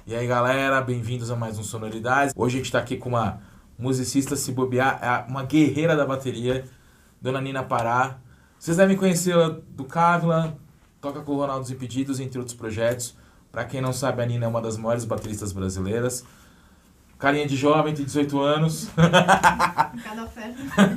E aí galera, bem-vindos a mais um Sonoridades. Hoje a gente tá aqui com uma musicista, se bobear, uma guerreira da bateria, Dona Nina Pará. Vocês devem conhecê-la do Cávila, toca com o Ronaldo dos Impedidos, entre outros projetos. Pra quem não sabe, a Nina é uma das maiores bateristas brasileiras. Carinha de jovem, tem 18 anos. Cada fé.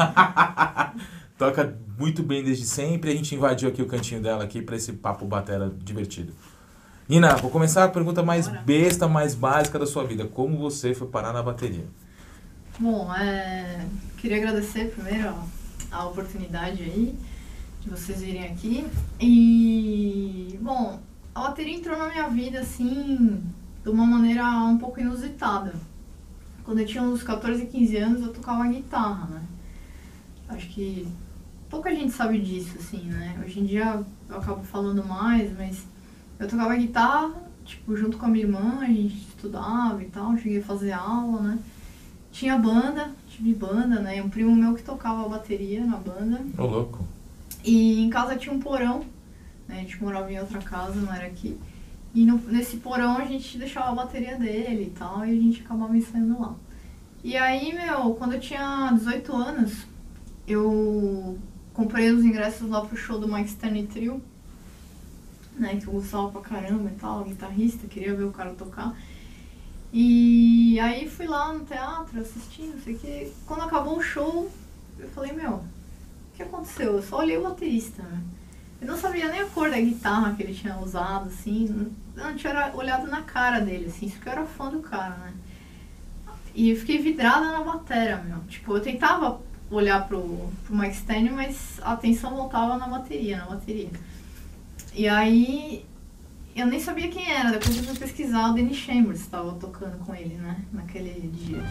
Toca muito bem desde sempre. A gente invadiu aqui o cantinho dela aqui pra esse papo batera divertido. Nina, vou começar a pergunta mais besta, mais básica da sua vida. Como você foi parar na bateria? Bom, queria agradecer primeiro a oportunidade aí de vocês virem aqui. E, bom, a bateria entrou na minha vida, assim, de uma maneira um pouco inusitada. Quando eu tinha uns 14, 15 anos, eu tocava guitarra, né? Acho que pouca gente sabe disso, assim, né? Hoje em dia eu acabo falando mais, mas eu tocava guitarra, tipo, junto com a minha irmã, a gente estudava e tal, cheguei a fazer aula, né? Tinha banda, tive banda, né? Um primo meu que tocava bateria na banda. Ô, louco. E em casa tinha um porão, né? A gente morava em outra casa, não era aqui. E nesse porão a gente deixava a bateria dele e tal, e a gente acabava ensaiando lá. E aí, quando eu tinha 18 anos, eu comprei os ingressos lá pro show do Mike Stern Trio, né, que eu gostava pra caramba e tal, guitarrista, queria ver o cara tocar. E aí fui lá no teatro, assistindo, não sei o que. Quando acabou o show, eu falei, o que aconteceu? Eu só olhei o baterista, né? Eu não sabia nem a cor da guitarra que ele tinha usado, assim, eu não tinha olhado na cara dele, assim, isso que eu era fã do cara, né? E eu fiquei vidrada na batera, Tipo, eu tentava olhar pro Mike Stern, mas a atenção voltava na bateria. E aí, eu nem sabia quem era, depois eu fui pesquisar, o Dennis Chambers estava tocando com ele, né, naquele dia.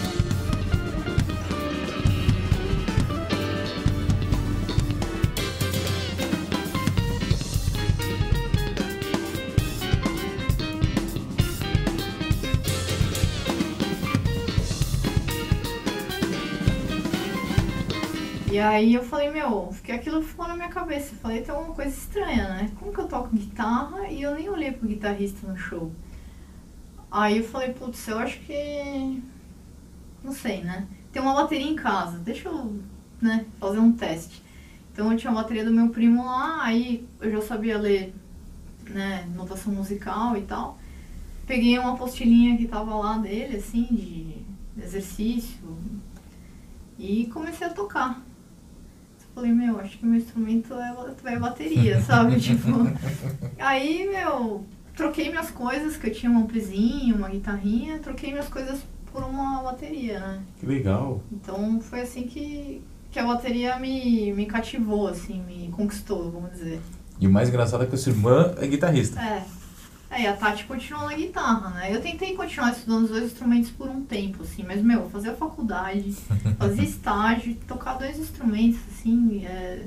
E aí eu falei, aquilo ficou na minha cabeça. Eu falei, tem alguma coisa estranha, né? Como que eu toco guitarra e eu nem olhei pro guitarrista no show? Aí eu falei, putz, eu acho que... não sei, né? Tem uma bateria em casa, deixa eu, né, fazer um teste. Então eu tinha a bateria do meu primo lá, aí eu já sabia ler, né, notação musical e tal. Peguei uma apostilinha que tava lá dele, assim, de exercício, e comecei a tocar. Falei, acho que meu instrumento é bateria, sabe? Tipo, aí, troquei minhas coisas, que eu tinha um amplizinho, uma guitarrinha, troquei minhas coisas por uma bateria, né? Que legal. Então foi assim que a bateria me cativou, assim, me conquistou, vamos dizer. E o mais engraçado é que a sua irmã é guitarrista. E a Tati continuou na guitarra, né? Eu tentei continuar estudando os dois instrumentos por um tempo, assim, mas, eu fazia faculdade, fazia estágio, tocar dois instrumentos, assim,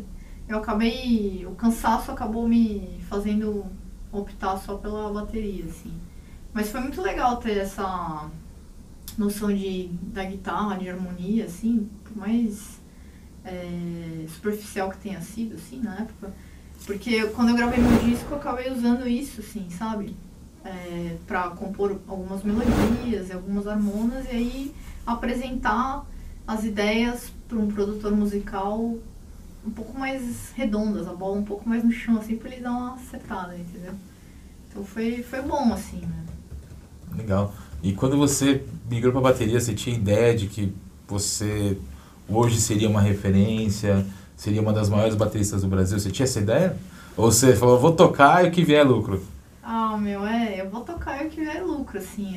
o cansaço acabou me fazendo optar só pela bateria, assim. Mas foi muito legal ter essa noção da guitarra, de harmonia, assim, por mais superficial que tenha sido, assim, na época. Porque quando eu gravei meu disco, eu acabei usando isso, assim, sabe? Pra compor algumas melodias, algumas harmonas, e aí apresentar as ideias para um produtor musical um pouco mais redondas, a bola um pouco mais no chão, assim, pra ele dar uma acertada, entendeu? Então foi bom, assim, né? Legal. E quando você migrou pra bateria, você tinha ideia de que você hoje seria uma referência, seria uma das maiores bateristas do Brasil? Você tinha essa ideia? Ou você falou, vou tocar e o que vier é lucro? Eu vou tocar e o que vier é lucro, assim.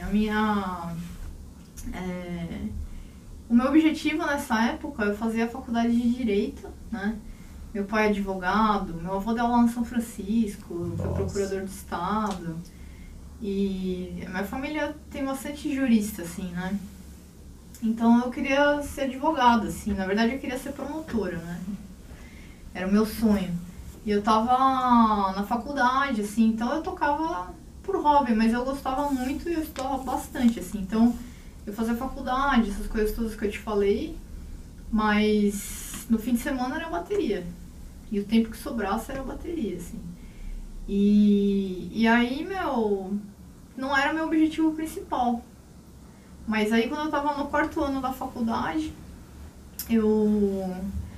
O meu objetivo nessa época, eu fazia a faculdade de Direito, né? Meu pai é advogado, meu avô deu aula no São Francisco, foi procurador do Estado. E a minha família tem bastante jurista, assim, né? Então eu queria ser advogada, assim. Na verdade eu queria ser promotora, né? Era o meu sonho. E eu tava na faculdade, assim, então eu tocava por hobby, mas eu gostava muito e eu estudava bastante, assim. Então eu fazia faculdade, essas coisas todas que eu te falei, mas no fim de semana era bateria. E o tempo que sobrasse era bateria, assim. E aí, não era meu objetivo principal. Mas aí quando eu tava no 4º ano da faculdade, eu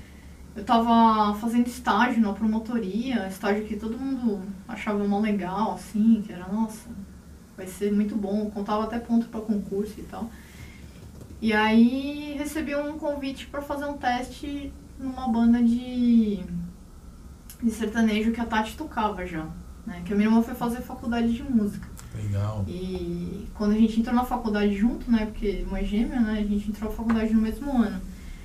tava fazendo estágio na promotoria, estágio que todo mundo achava mó legal, assim, que era, nossa, vai ser muito bom, contava até ponto pra concurso e tal. E aí recebi um convite pra fazer um teste numa banda de sertanejo que a Tati tocava já, né? Que a minha irmã foi fazer faculdade de música. Legal. E quando a gente entrou na faculdade junto, né? Porque irmã gêmea, né? A gente entrou na faculdade no mesmo ano.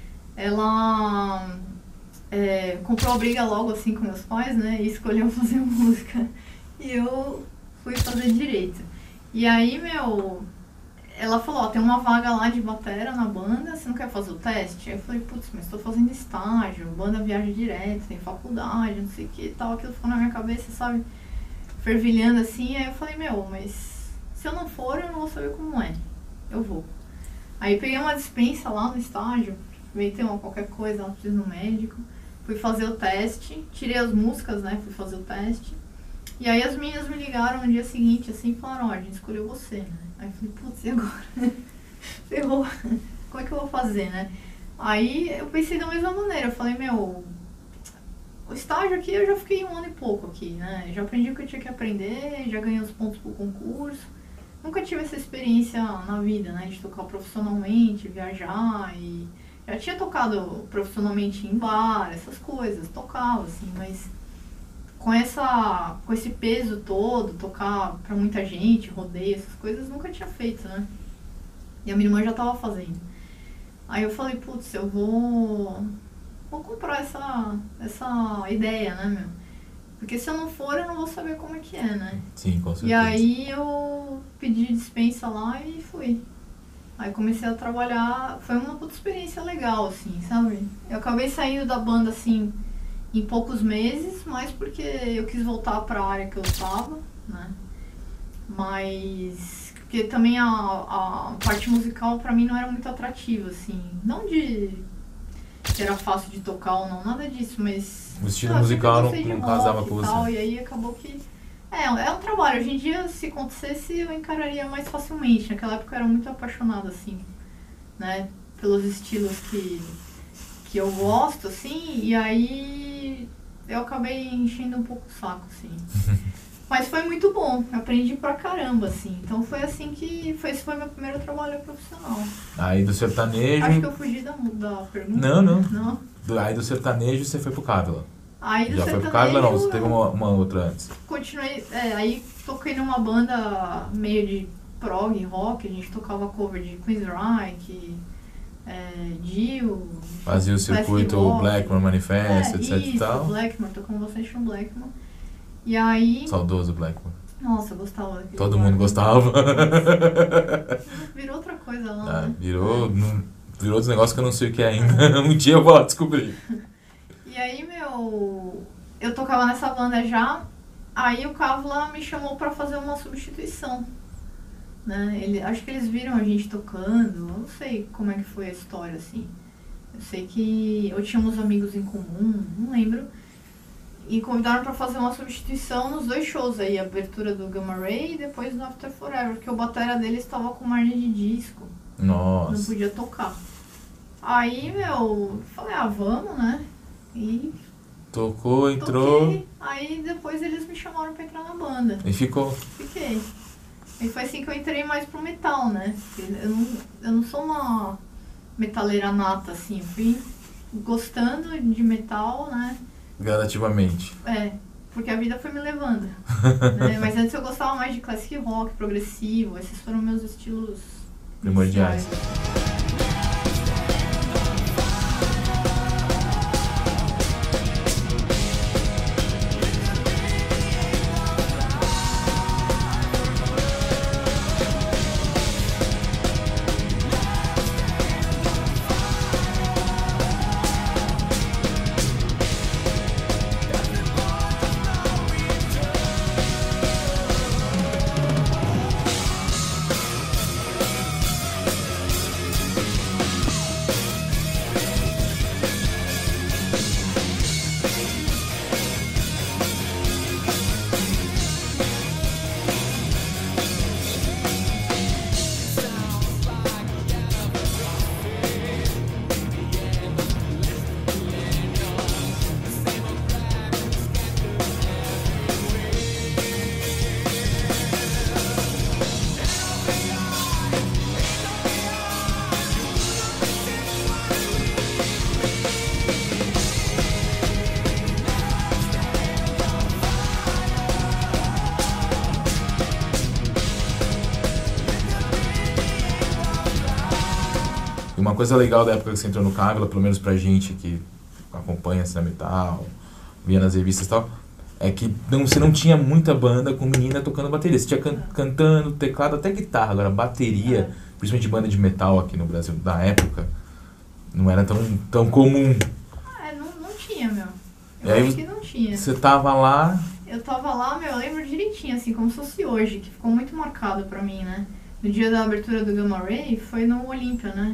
Ela comprou a briga logo assim com meus pais, né? E escolheu fazer música. E eu fui fazer direito. E aí, ela falou, ó, tem uma vaga lá de batera na banda, você não quer fazer o teste? Aí eu falei, putz, mas tô fazendo estágio, banda viaja direto, tem faculdade, não sei o que e tal. Aquilo ficou na minha cabeça, sabe? Fervilhando assim. Aí eu falei, mas se eu não for, eu não vou saber como é. Eu vou. Aí peguei uma dispensa lá no estágio, inventei qualquer coisa, lá preciso no médico. Fui fazer o teste, tirei as músicas, né? Fui fazer o teste. E aí as meninas me ligaram no dia seguinte, assim, e falaram, ó, a gente escolheu você, né? Aí eu falei, putz, e agora? Ferrou. Como é que eu vou fazer, né? Aí eu pensei da mesma maneira, eu falei, o estágio aqui eu já fiquei 1 ano e pouco aqui, né? Já aprendi o que eu tinha que aprender, já ganhei os pontos pro concurso. Nunca tive essa experiência na vida, né? De tocar profissionalmente, viajar e... Já tinha tocado profissionalmente em bar, essas coisas, tocava, assim, mas com esse peso todo, tocar pra muita gente, rodeio, essas coisas, nunca tinha feito, né? E a minha irmã já tava fazendo. Aí eu falei, putz, eu vou comprar essa ideia, né, Porque se eu não for, eu não vou saber como é que é, né? Sim, com certeza. E aí eu pedi dispensa lá e fui. Aí comecei a trabalhar, foi uma puta experiência legal, assim, sabe? Eu acabei saindo da banda, assim, em poucos meses, mas porque eu quis voltar pra área que eu tava, né? Mas... Porque também a parte musical pra mim não era muito atrativa, assim. Não de que era fácil de tocar ou não, nada disso, mas... O estilo musical não casava com tal, você. E aí acabou que... É um trabalho. Hoje em dia, se acontecesse, eu encararia mais facilmente. Naquela época eu era muito apaixonada, assim, né? Pelos estilos que eu gosto, assim, e aí eu acabei enchendo um pouco o saco, assim. Mas foi muito bom, aprendi pra caramba, assim. Então foi assim que... Esse foi meu primeiro trabalho profissional. Aí do sertanejo... Acho que eu fugi da pergunta. Não. Aí do sertanejo você foi pro Cávila. Aí do Já sertanejo, foi pro Cávila, não? Você teve uma outra antes? Continuei... aí toquei numa banda meio de prog, rock. A gente tocava cover de Queensryche, Dio... Fazia o circuito Blackmore Manifesto, etc isso, e tal. Blackmore, tocamos bastante no Blackmore. E aí... Saudoso Blackmore. Nossa, eu gostava daquele Todo mundo gostava. Virou outra coisa lá, né? Virou dos negócios que eu não sei o que é ainda. Um dia eu vou lá descobrir. E aí, eu tocava nessa banda já, aí o Cávila me chamou pra fazer uma substituição, né? Acho que eles viram a gente tocando, eu não sei como é que foi a história, assim. Eu sei que eu tinha uns amigos em comum, não lembro, e convidaram pra fazer uma substituição nos 2 shows aí, a abertura do Gamma Ray e depois do After Forever, porque o batera deles estava com uma hernia de disco. Nossa. Não podia tocar. Aí, falei, vamos, né? E tocou, entrou. Toquei, aí depois eles me chamaram pra entrar na banda. E ficou? Fiquei. E foi assim que eu entrei mais pro metal, né? Porque eu não sou uma metaleira nata, assim. Fui gostando de metal, né? Gradativamente. Porque a vida foi me levando. Né? Mas antes eu gostava mais de classic rock, progressivo. Esses foram meus estilos primordiais. E uma coisa legal da época que você entrou no Cávila, pelo menos pra gente que acompanha cena metal, via nas revistas e tal, é que você não tinha muita banda com menina tocando bateria. Você tinha cantando, teclado, até guitarra. Agora, bateria, principalmente banda de metal aqui no Brasil, da época, não era tão comum. Não tinha, meu. E aí, acho que não tinha. Você tava lá... Eu tava lá, meu, eu lembro direitinho, assim, como se fosse hoje, que ficou muito marcado pra mim, né? No dia da abertura do Gamma Ray, foi no Olímpia, né?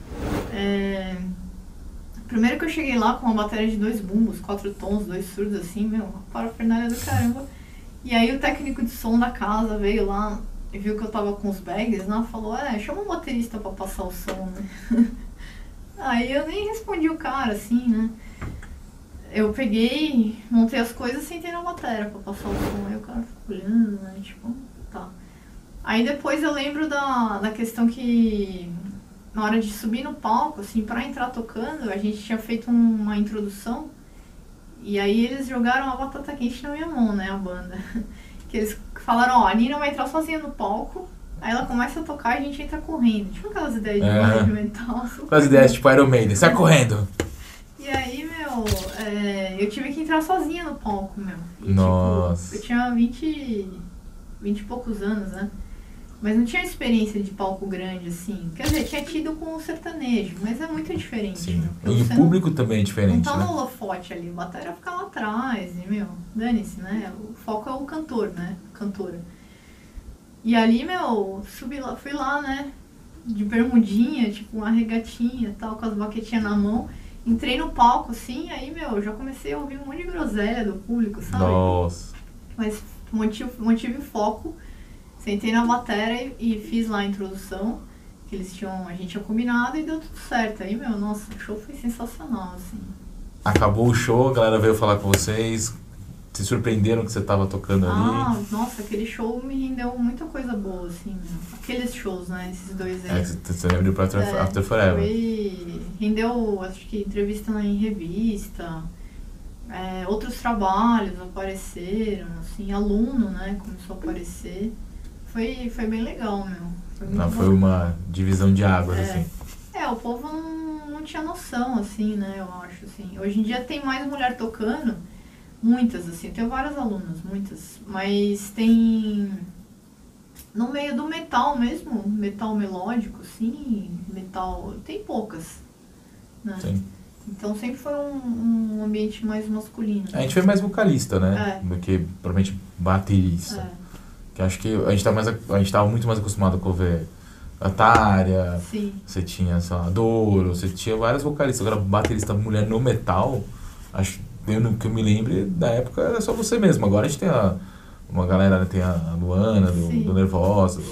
Primeiro que eu cheguei lá com uma bateria de 2 bumbos, 4 tons, 2 surdos, assim, meu, uma parafernália do caramba. E aí o técnico de som da casa veio lá e viu que eu tava com os bags, né? Falou, chama um baterista pra passar o som, né? Aí eu nem respondi o cara, assim, né? Eu peguei, montei as coisas e sentei na bateria pra passar o som. Aí o cara ficou olhando, né? Tipo, tá. Aí depois eu lembro da questão que... Na hora de subir no palco, assim, pra entrar tocando, a gente tinha feito uma introdução e aí eles jogaram a batata quente na minha mão, né, a banda. Que eles falaram, a Nina vai entrar sozinha no palco, aí ela começa a tocar e a gente entra correndo. Tipo aquelas ideias de banda de metal. Aquelas ideias tipo Iron Maiden, sai correndo. E aí, meu, eu tive que entrar sozinha no palco, meu. E, nossa. Tipo, eu tinha 20 e poucos anos, né? Mas não tinha experiência de palco grande, assim. Quer dizer, tinha tido com o sertanejo, mas é muito diferente. Sim. Meu, E o público também é diferente, não tá né? no holofote ali, a bateria fica lá atrás, e, meu, dane-se, né? O foco é o cantor, né? Cantora. E ali, meu, fui lá, né? De bermudinha, tipo uma regatinha e tal, com as baquetinhas na mão. Entrei no palco, assim, aí, meu, já comecei a ouvir um monte de groselha do público, sabe? Nossa. Mas mantive o foco. Sentei na bateria e fiz lá a introdução, que a gente tinha combinado e deu tudo certo. Aí, meu, nossa, o show foi sensacional, assim. Acabou o show, a galera veio falar com vocês, se surpreenderam que você tava tocando ali. Nossa, aquele show me rendeu muita coisa boa, assim, meu. Aqueles shows, né, esses dois aí. Você lembra do After Forever? Rendeu, acho que entrevista em revista, outros trabalhos apareceram, assim, aluno, né, começou a aparecer. Foi bem legal, meu. Foi uma divisão de águas, assim. O povo não tinha noção, assim, né, eu acho, assim. Hoje em dia tem mais mulher tocando, muitas, assim, eu tenho várias alunas, muitas. Mas tem, no meio do metal mesmo, metal melódico, assim, metal, tem poucas, né. Sim. Então sempre foi um ambiente mais masculino. A gente foi mais vocalista, né, do que provavelmente baterista. Que acho que a gente tava muito mais acostumado a ver Atária, você tinha, sei lá, Douro, você tinha várias vocalistas. Agora, baterista mulher no metal, acho que eu me lembre, da época era só você mesmo. Agora a gente tem uma galera, tem a Luana, do Nervosa.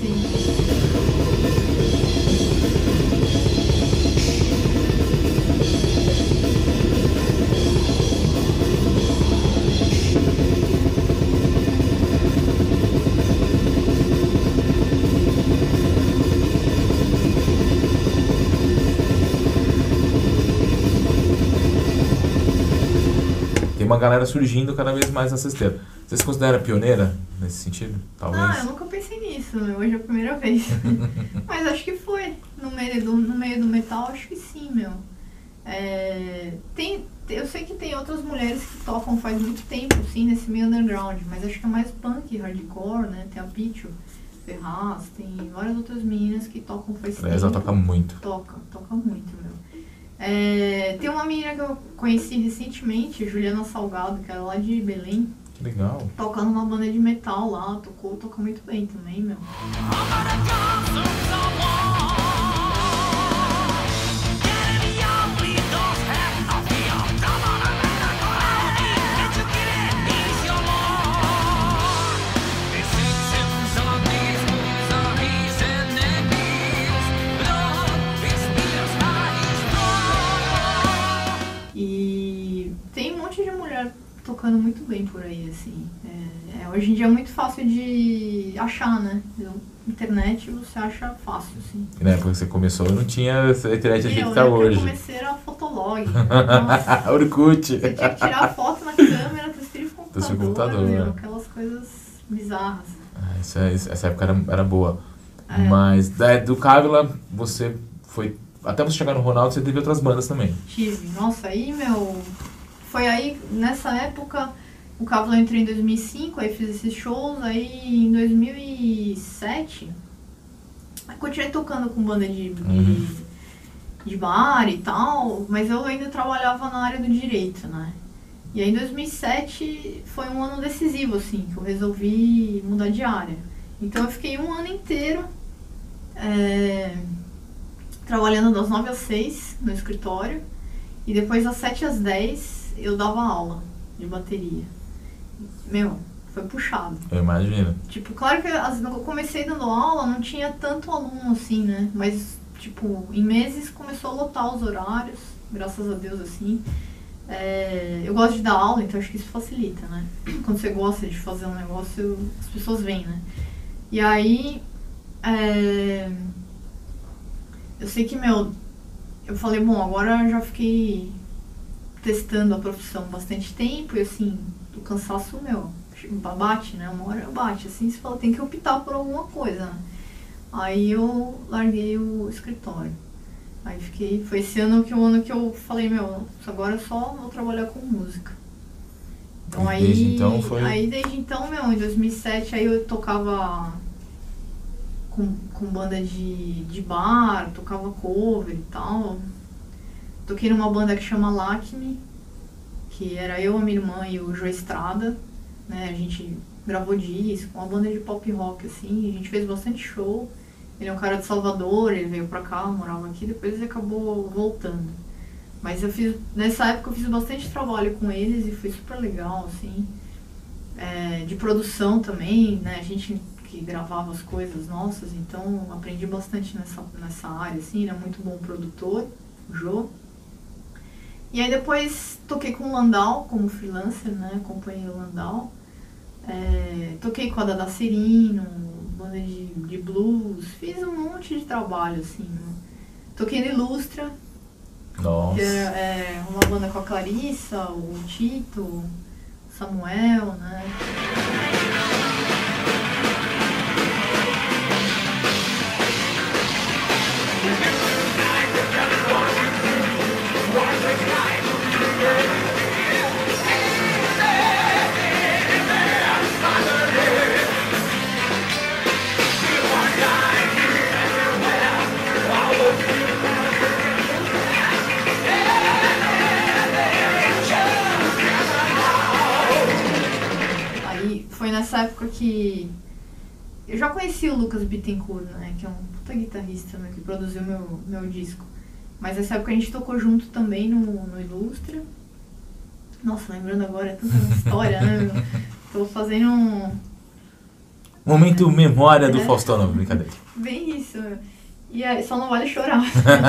Uma galera surgindo cada vez mais nessa esteira. Você se considera pioneira nesse sentido? Talvez? Eu nunca pensei nisso, hoje é a primeira vez. Mas acho que foi. No meio do metal, acho que sim, meu. Eu sei que tem outras mulheres que tocam faz muito tempo, sim, nesse meio underground, mas acho que é mais punk, hardcore, né? Tem a Pichu Ferraz, tem várias outras meninas que tocam faz tempo. Ela toca muito. Toca muito, meu. Tem uma menina que eu conheci recentemente, Juliana Salgado, que era lá de Belém. Que legal. Toca numa banda de metal lá, toca muito bem também, meu. Tocando muito bem por aí, assim. Hoje em dia é muito fácil de achar, né? Internet você acha fácil, assim. E na época que você começou não tinha a internet do jeito que tá hoje. Eu comecei era Fotolog. Nossa, Orkut. Você tinha que tirar foto na câmera, transferir o computador, né? Aquelas coisas bizarras. Essa época era boa. Mas do Cávila você foi até você chegar no Ronaldo, você teve outras bandas também. Tive. Nossa, aí, foi aí, nessa época, o Cábula eu entrei em 2005, aí fiz esses shows, aí em 2007, aí continuei tocando com banda de bar e tal, mas eu ainda trabalhava na área do direito, né? E aí em 2007 foi um ano decisivo, assim, que eu resolvi mudar de área. Então eu fiquei um ano inteiro trabalhando das 9 às 6 no escritório e depois das 7 às 10 eu dava aula de bateria. Foi puxado. Eu imagino. Tipo, claro que eu comecei dando aula, não tinha tanto aluno assim, né? Mas, tipo, em meses começou a lotar os horários, graças a Deus, assim. Eu gosto de dar aula, então acho que isso facilita, né? Quando você gosta de fazer um negócio, as pessoas vêm, né? E aí, eu sei que, eu falei, bom, agora eu já fiquei testando a profissão bastante tempo e, assim, o cansaço, bate, né? Uma hora bate, assim, você fala, tem que optar por alguma coisa, né? Aí eu larguei o escritório. Aí foi esse ano que eu falei, agora eu só vou trabalhar com música. Então desde desde então, em 2007, aí eu tocava com banda de bar, tocava cover e tal. Toquei numa banda que chama Lacme, que era eu, a minha irmã e o Jô Estrada, né? A gente gravou disco, uma banda de pop rock, assim, a gente fez bastante show. Ele é um cara de Salvador, ele veio pra cá, morava aqui, depois ele acabou voltando. Mas nessa época eu fiz bastante trabalho com eles e foi super legal, assim. De produção também, né? A gente que gravava as coisas nossas, então aprendi bastante nessa área, assim, ele é muito bom produtor, o Jô. E aí depois toquei com o Landau como freelancer, né? Acompanhei o Landau. Toquei com a Dada Serino, banda de blues, fiz um monte de trabalho, assim, né? Toquei no Ilustra, Nossa. que é uma banda com a Clarissa, o Tito, o Samuel, né? Foi nessa época que eu já conheci o Lucas Bittencourt, né, que é um puta guitarrista, né, que produziu meu disco. Mas nessa época a gente tocou junto também no Ilustra. Nossa, lembrando agora, é tanta história, né? Tô fazendo um... Momento memória do Faustão, não, brincadeira. Bem isso. E aí, só não vale chorar.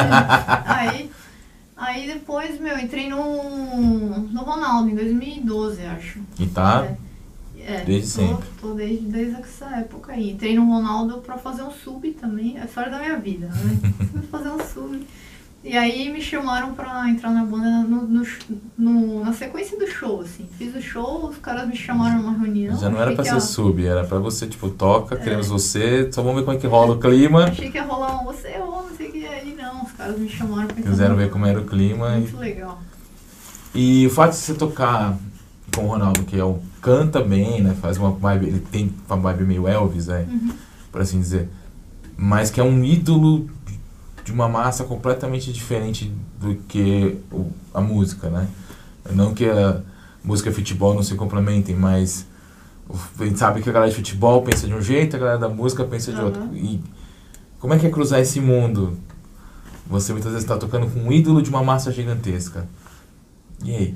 Aí depois, entrei no Ronaldo, em 2012, acho. E tá... desde sempre. Tô desde essa época aí. Entrei no Ronaldo pra fazer um sub também. É a história da minha vida, né? Fui fazer um sub. E aí me chamaram pra entrar na banda na sequência do show, assim. Fiz o show, os caras me chamaram numa reunião. Já não era pra ser sub, era pra você, tipo, toca, queremos você, só vamos ver como é que rola o clima. Achei que ia rolar você ou não sei o que. Aí não, os caras me chamaram pra entrar. Quiseram ver como era o clima. Muito legal. E o fato de você tocar com o Ronaldo, que canta bem, né? Faz uma vibe, ele tem uma vibe meio Elvis, né? Por assim dizer. Mas que é um ídolo de uma massa completamente diferente do que a música, né? Não que a música e futebol não se complementem, mas a gente sabe que a galera de futebol pensa de um jeito, a galera da música pensa de outro. E como é que é cruzar esse mundo? Você muitas vezes está tocando com um ídolo de uma massa gigantesca. E aí?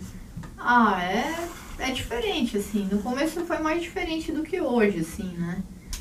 É diferente, assim. No começo foi mais diferente do que hoje, assim, né?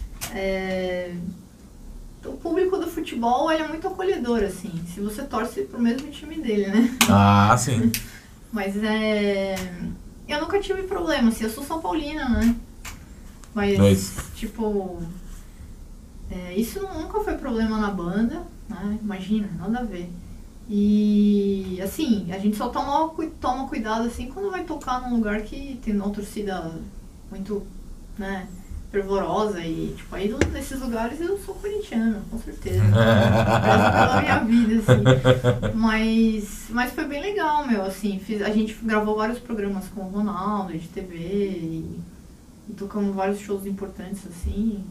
O público do futebol, ele é muito acolhedor, assim. Se você torce pro mesmo time dele, né? Ah, sim. Mas eu nunca tive problema, assim. Eu sou São Paulina, né? Mas, tipo... isso nunca foi problema na banda, né? Imagina, nada a ver. E, assim, a gente só toma cuidado, assim, quando vai tocar num lugar que tem uma torcida muito, né, fervorosa e, tipo, aí nesses lugares eu sou corintiana, com certeza. Pela minha vida, assim. Mas foi bem legal, meu, assim, a gente gravou vários programas com o Ronaldo de TV e tocamos vários shows importantes, assim,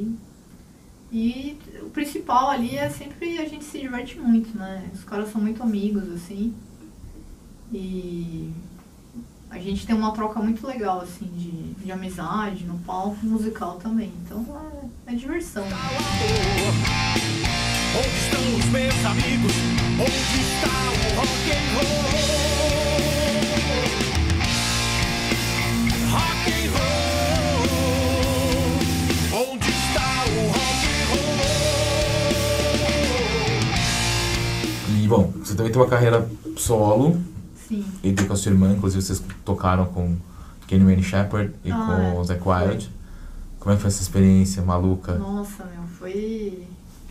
e o principal ali é sempre a gente se diverte muito, né? Os caras são muito amigos, assim, e a gente tem uma troca muito legal, assim, de amizade no palco musical também. Então é diversão. Onde estão os meus amigos? Onde está o rock and roll? Rock and roll. Onde está o rock and roll? E bom, você também tem uma carreira solo. Sim. E com a sua irmã, inclusive vocês tocaram com Kenny Wayne Shepherd e com o Zakk Wylde. Como é que foi essa experiência maluca? Nossa, meu, foi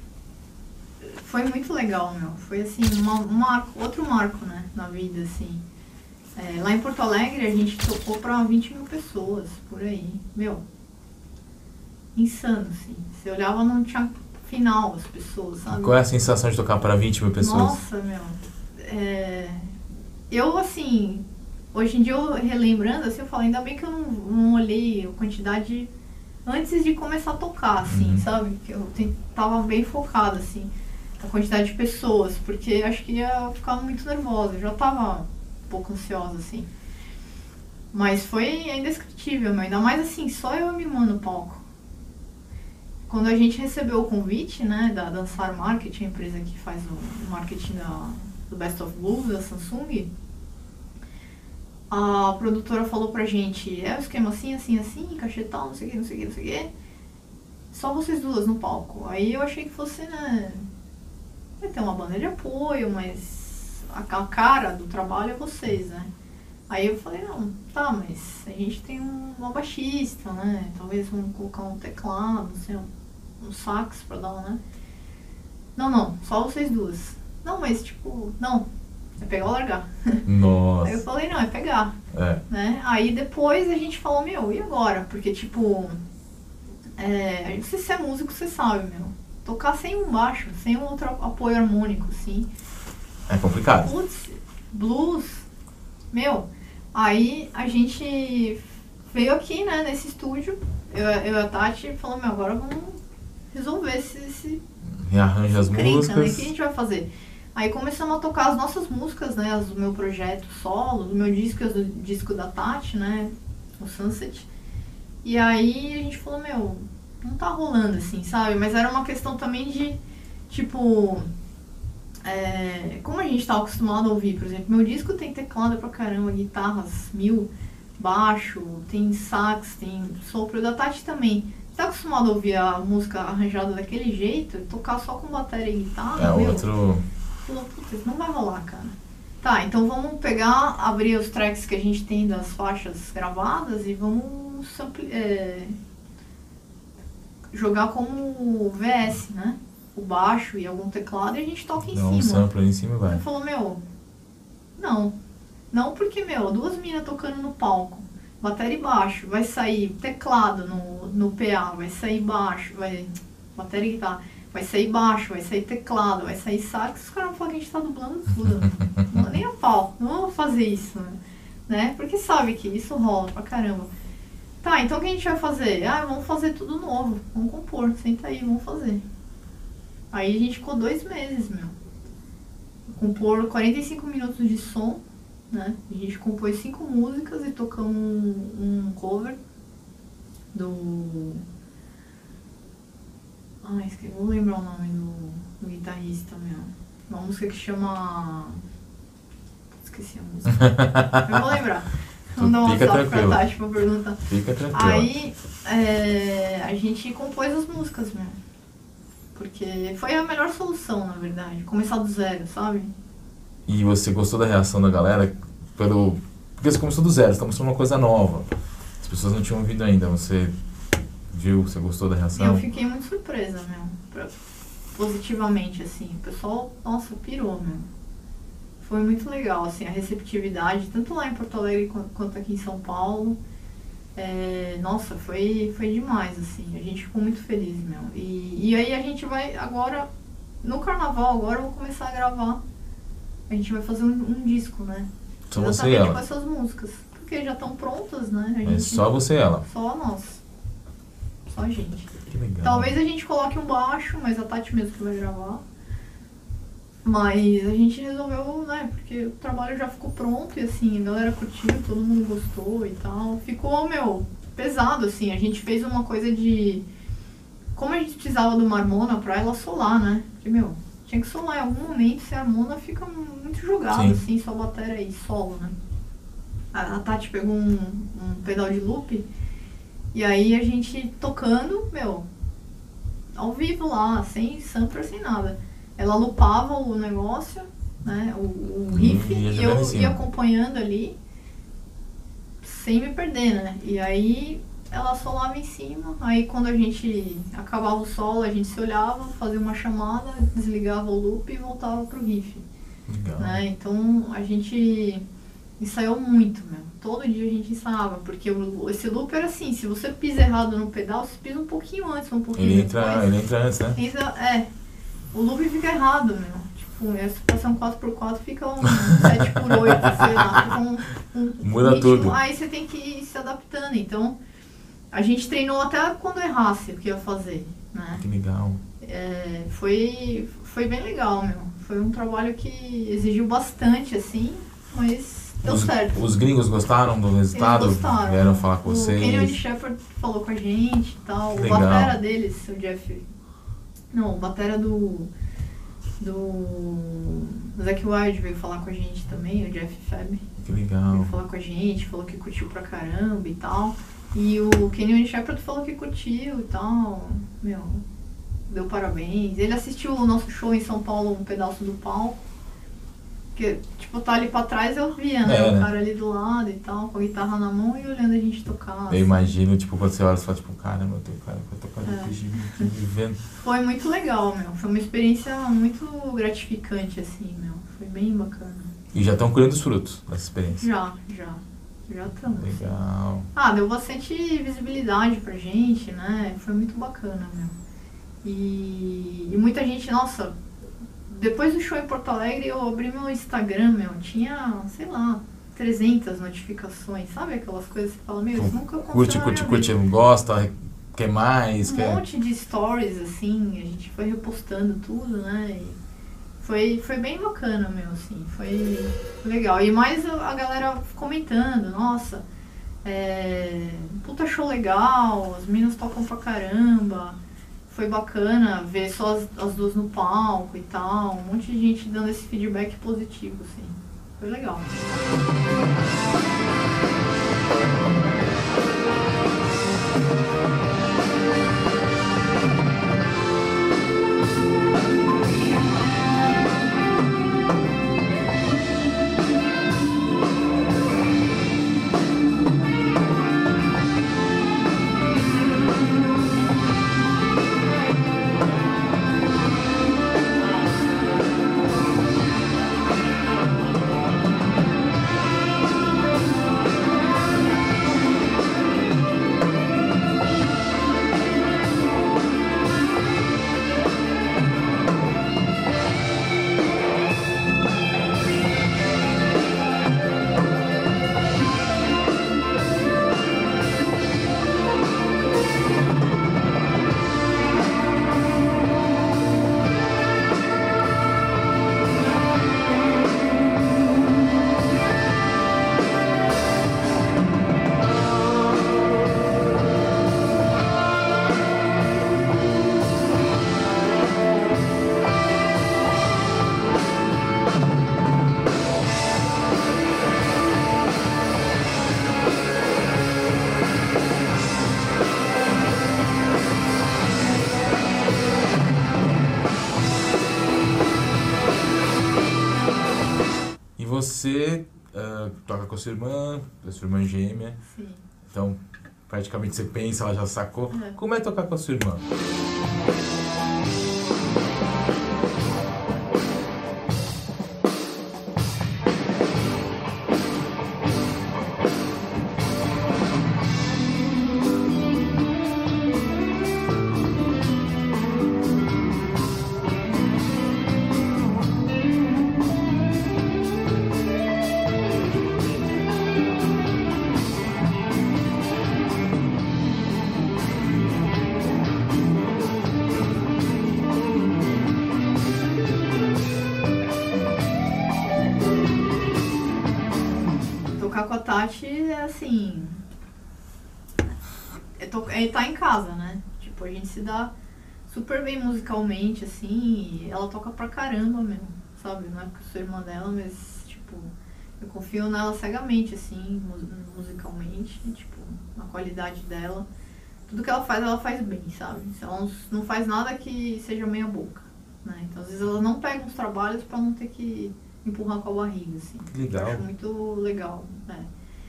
muito legal, meu. Foi assim, outro marco, né, na vida, assim. Lá em Porto Alegre a gente tocou pra 20 mil pessoas, por aí. Meu, insano, assim. Você olhava, não tinha final as pessoas, sabe? Qual é a sensação de tocar para 20 mil pessoas? Nossa, meu. Eu, assim, hoje em dia eu relembrando, assim, eu falo, ainda bem que eu não olhei a quantidade antes de começar a tocar, assim, sabe? Que eu tava bem focada, assim, na quantidade de pessoas, porque acho que ia ficar muito nervosa, eu já tava um pouco ansiosa, assim. Mas foi indescritível, meu, ainda mais assim, só eu e minha irmã no palco. Quando a gente recebeu o convite, né, da Dansar Marketing, a empresa que faz o marketing do Best of Blues, da Samsung, a produtora falou pra gente, o esquema assim, assim, assim, cachê tal, não sei o que, não sei o que, não sei o que. Só vocês duas no palco. Aí eu achei que fosse, né, vai ter uma banda de apoio, mas a cara do trabalho é vocês, né. Aí eu falei, não, tá, mas a gente tem uma baixista, né, talvez vamos colocar um teclado, não sei, um sax pra dar, né. Não, só vocês duas. Não, mas tipo, não, é pegar ou largar. Nossa. Aí eu falei, não, é pegar. Né? Aí depois a gente falou, meu, e agora? Porque tipo, se você é músico, você sabe, meu. Tocar sem um baixo, sem um outro apoio harmônico, assim. É complicado. Putz, blues, meu. Aí a gente veio aqui, né, nesse estúdio, eu e a Tati, falou, meu, agora vamos resolver esse rearranja as músicas. Né? O que a gente vai fazer? Aí começamos a tocar as nossas músicas, né, as do meu projeto solo, do meu disco e as do disco da Tati, né, o Sunset. E aí a gente falou, meu, não tá rolando assim, sabe? Mas era uma questão também de, tipo, como a gente tá acostumado a ouvir, por exemplo, meu disco tem teclado pra caramba, guitarras 1000, baixo, tem sax, tem sopro, da Tati também. Tá acostumado a ouvir a música arranjada daquele jeito, tocar só com bateria e guitarra, falou, putz, não vai rolar, cara. Tá, então vamos pegar, abrir os tracks que a gente tem das faixas gravadas e vamos jogar como VS, né? O baixo e algum teclado e a gente toca em cima. Um sampler em cima e vai. Ele falou, meu, não porque, meu, duas minas tocando no palco, bateria e baixo, vai sair teclado no PA, vai sair baixo, bateria e guitarra. Vai sair baixo, vai sair teclado, vai sair sax, os caras vão falar que a gente tá dublando tudo. Não, nem a pau, não vamos fazer isso, né? Porque sabe que isso rola pra caramba. Tá, então o que a gente vai fazer? Vamos fazer tudo novo, vamos compor, senta aí, vamos fazer. Aí a gente ficou 2 meses, meu. Compor 45 minutos de som, né? A gente compôs 5 músicas e tocamos um cover do... vou lembrar o nome do guitarrista, meu. Uma música que chama... Esqueci a música. Eu vou lembrar. Vou dar uma salva pra Tati pra perguntar. Fica tranquilo. Aí, a gente compôs as músicas, meu. Porque foi a melhor solução, na verdade. Começar do zero, sabe? E você gostou da reação da galera? Porque você começou do zero, você tá mostrando uma coisa nova. As pessoas não tinham ouvido ainda, você... Viu? Você gostou da reação? Eu fiquei muito surpresa, meu. Positivamente, assim. O pessoal, nossa, pirou, meu. Foi muito legal, assim, a receptividade, tanto lá em Porto Alegre quanto aqui em São Paulo. Nossa, foi demais, assim. A gente ficou muito feliz, meu. E aí a gente vai agora, no carnaval, agora eu vou começar a gravar. A gente vai fazer um disco, né? Só você e Exatamente ela. com essas músicas. Porque já estão prontas, né? A Mas gente, só você e ela. só nós. Só a gente. Que legal. Talvez a gente coloque um baixo, mas a Tati mesmo que vai gravar. Mas a gente resolveu, né? Porque o trabalho já ficou pronto e assim, a galera curtiu, todo mundo gostou e tal. Ficou, pesado, assim. A gente fez uma coisa de... Como a gente precisava de uma harmona pra ela solar, né? Porque, tinha que solar em algum momento, se a harmona fica muito jogada, Sim. assim, só bateria e solo, né? A Tati pegou um pedal de loop e aí a gente tocando, ao vivo lá, sem sampler, sem nada. Ela loopava o negócio, né, o riff, ia e jogando em eu cima. ia acompanhando ali, sem me perder, né? E aí ela solava em cima, aí quando a gente acabava o solo, a gente se olhava, fazia uma chamada, desligava o loop e voltava pro riff. Legal. Né? Então a gente ensaiou muito, todo dia a gente ensaiava, porque esse loop era assim, se você pisa errado no pedal, você pisa um pouquinho antes, um pouquinho Ele depois. entra antes, né? O loop fica errado, tipo, se passar um 4x4 fica um 7x8, sei lá, fica um Muda ritmo, tudo. aí você tem que ir se adaptando, então a gente treinou até quando errasse o que ia fazer, né? Que legal. Foi bem legal, foi um trabalho que exigiu bastante, assim, mas deu certo. Os gringos gostaram do resultado? Eles gostaram. Vieram falar com O vocês? Kenny Shepherd falou com a gente e tal. Legal. O batera deles, o Jeff... Não, o batera do Zakk Wylde veio falar com a gente também, o Jeff Feb. Que legal. Veio falar com a gente, falou que curtiu pra caramba e tal. E o Kenny Shepherd falou que curtiu e tal. Deu parabéns. Ele assistiu o nosso show em São Paulo, um pedaço do palco. Que, tipo, tá ali pra trás, eu via, né? O cara ali do lado e tal, com a guitarra na mão e olhando a gente tocar. Eu imagino, tipo, quando você olha, você fala, tipo, caramba, tem um cara pra tocar aqui vivendo. Foi muito legal, Foi uma experiência muito gratificante, assim, Foi bem bacana. E já estão colhendo os frutos dessa experiência? Já estamos. Legal. Deu bastante visibilidade pra gente, né? Foi muito bacana, E muita gente, nossa... Depois do show em Porto Alegre, eu abri meu Instagram, tinha, sei lá, 300 notificações, sabe aquelas coisas que você fala, isso nunca aconteceu Curte, gosta, quer mais, um monte de stories, assim, a gente foi repostando tudo, né, e foi bem bacana, assim, foi legal. E mais a galera comentando, nossa, puta show legal, as meninas tocam pra caramba. Foi bacana ver só as duas no palco e tal, um monte de gente dando esse feedback positivo, assim. Foi legal. Você toca com a sua irmã gêmea. Sim. Então, praticamente você pensa, ela já sacou. Como é tocar com a sua irmã? Tati é assim... tá em casa, né? Tipo, a gente se dá super bem musicalmente, assim, e ela toca pra caramba mesmo, sabe? Não é porque eu sou irmã dela, mas, tipo, eu confio nela cegamente, assim, musicalmente, tipo, na qualidade dela. Tudo que ela faz bem, sabe? Ela não faz nada que seja meia boca, né? Então, às vezes, ela não pega uns trabalhos pra não ter que empurrar com a barriga, assim. Legal. Eu acho muito legal, né?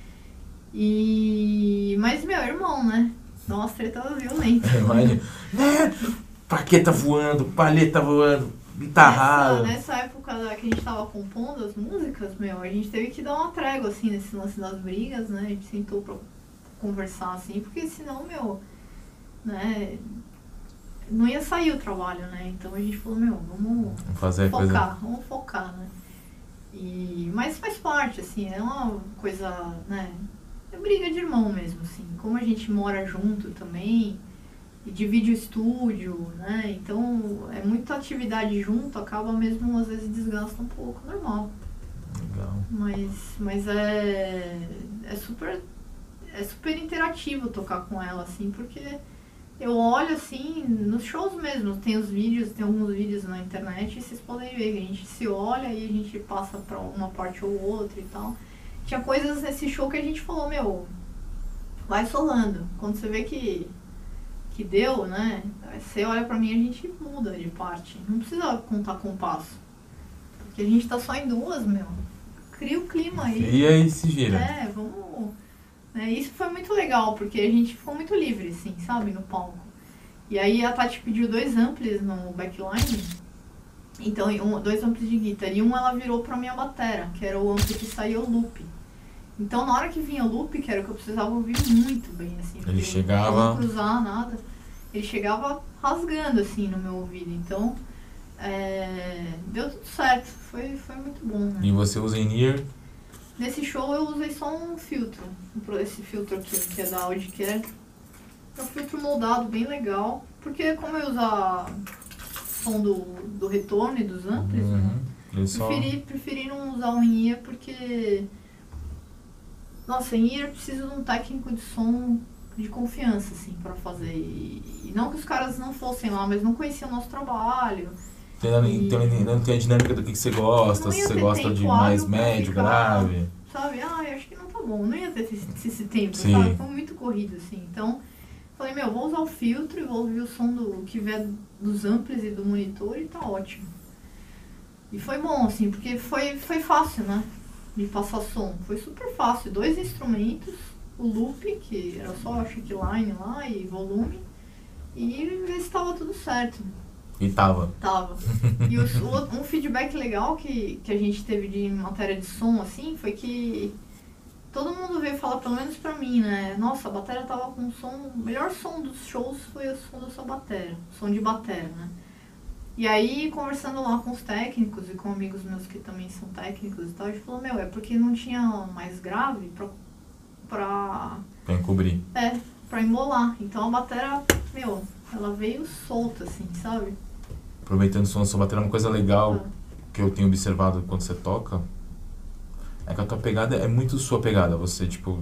Mas, meu irmão, né? Dá umas tretas violentas. Imagina. Plaqueta voando, palheta voando, guitarrada. Nessa época que a gente tava compondo as músicas, meu, a gente teve que dar uma trégua, assim, nesse lance das brigas, né? A gente sentou pra conversar, assim, porque senão, meu, né, não ia sair o trabalho, né? Então a gente falou, meu, vamos fazer focar, vamos focar, né? Mas faz parte, assim, é uma coisa, né? É briga de irmão mesmo, assim. Como a gente mora junto também, e divide o estúdio, né? Então, é muita atividade junto, acaba mesmo, às vezes, desgasta um pouco, normal. Legal. Mas é super interativo tocar com ela, assim, porque eu olho, assim, nos shows mesmo, tem alguns vídeos na internet, e vocês podem ver que a gente se olha e a gente passa pra uma parte ou outra e tal. Tinha coisas nesse show que a gente falou, meu, vai solando. Quando você vê que deu, né, você olha pra mim e a gente muda de parte. Não precisa contar compasso. Porque a gente tá só em duas, meu. Cria o clima aí. E aí se gira. Vamos... Isso foi muito legal, porque a gente ficou muito livre, assim, sabe, no palco. E aí a Tati pediu 2 amplis no backline. Então, 2 amplis de guitarra. E ela virou pra minha batera, que era o ampli que saía o loop. Então, na hora que vinha o loop, que era o que eu precisava ouvir muito bem, assim. Ele chegava... Não cruzar nada. Ele chegava rasgando, assim, no meu ouvido. Então, deu tudo certo. Foi muito bom, né? E você usa in-ear? Nesse show eu usei só um filtro. Esse filtro aqui, que é da Audicare. É um filtro moldado, bem legal. Porque como eu usar som do retorno e dos amplis, preferi não usar um in-ear, porque... Nossa, in-ear precisa de um técnico de som de confiança, assim, pra fazer. E não que os caras não fossem lá, mas não conheciam o nosso trabalho. Não tem a dinâmica do que você gosta, se você gosta de mais médio, grave. Sabe, eu acho que não tá bom, não ia ter esse tempo, Sim. sabe? Foi muito corrido, assim. Então, falei, meu, vou usar o filtro e vou ouvir o som que vier dos amplis e do monitor e tá ótimo. E foi bom, assim, porque foi fácil, né? De passar som. Foi super fácil. 2 instrumentos, o loop, que era só checkline lá e volume, e ver se tava tudo certo. E tava. E um feedback legal que a gente teve de matéria de som, assim, foi que todo mundo veio falar, pelo menos pra mim, né? Nossa, a bateria tava com som... O melhor som dos shows foi o som da sua bateria. Som de bateria, né? E aí, conversando lá com os técnicos e com amigos meus que também são técnicos e tal, a gente falou, meu, é porque não tinha mais grave pra encobrir. Pra embolar. Então a bateria, meu, ela veio solta, assim, sabe? Aproveitando o som da sua bateria, uma coisa legal que eu tenho observado quando você toca é que a tua pegada é muito sua pegada. Você, tipo...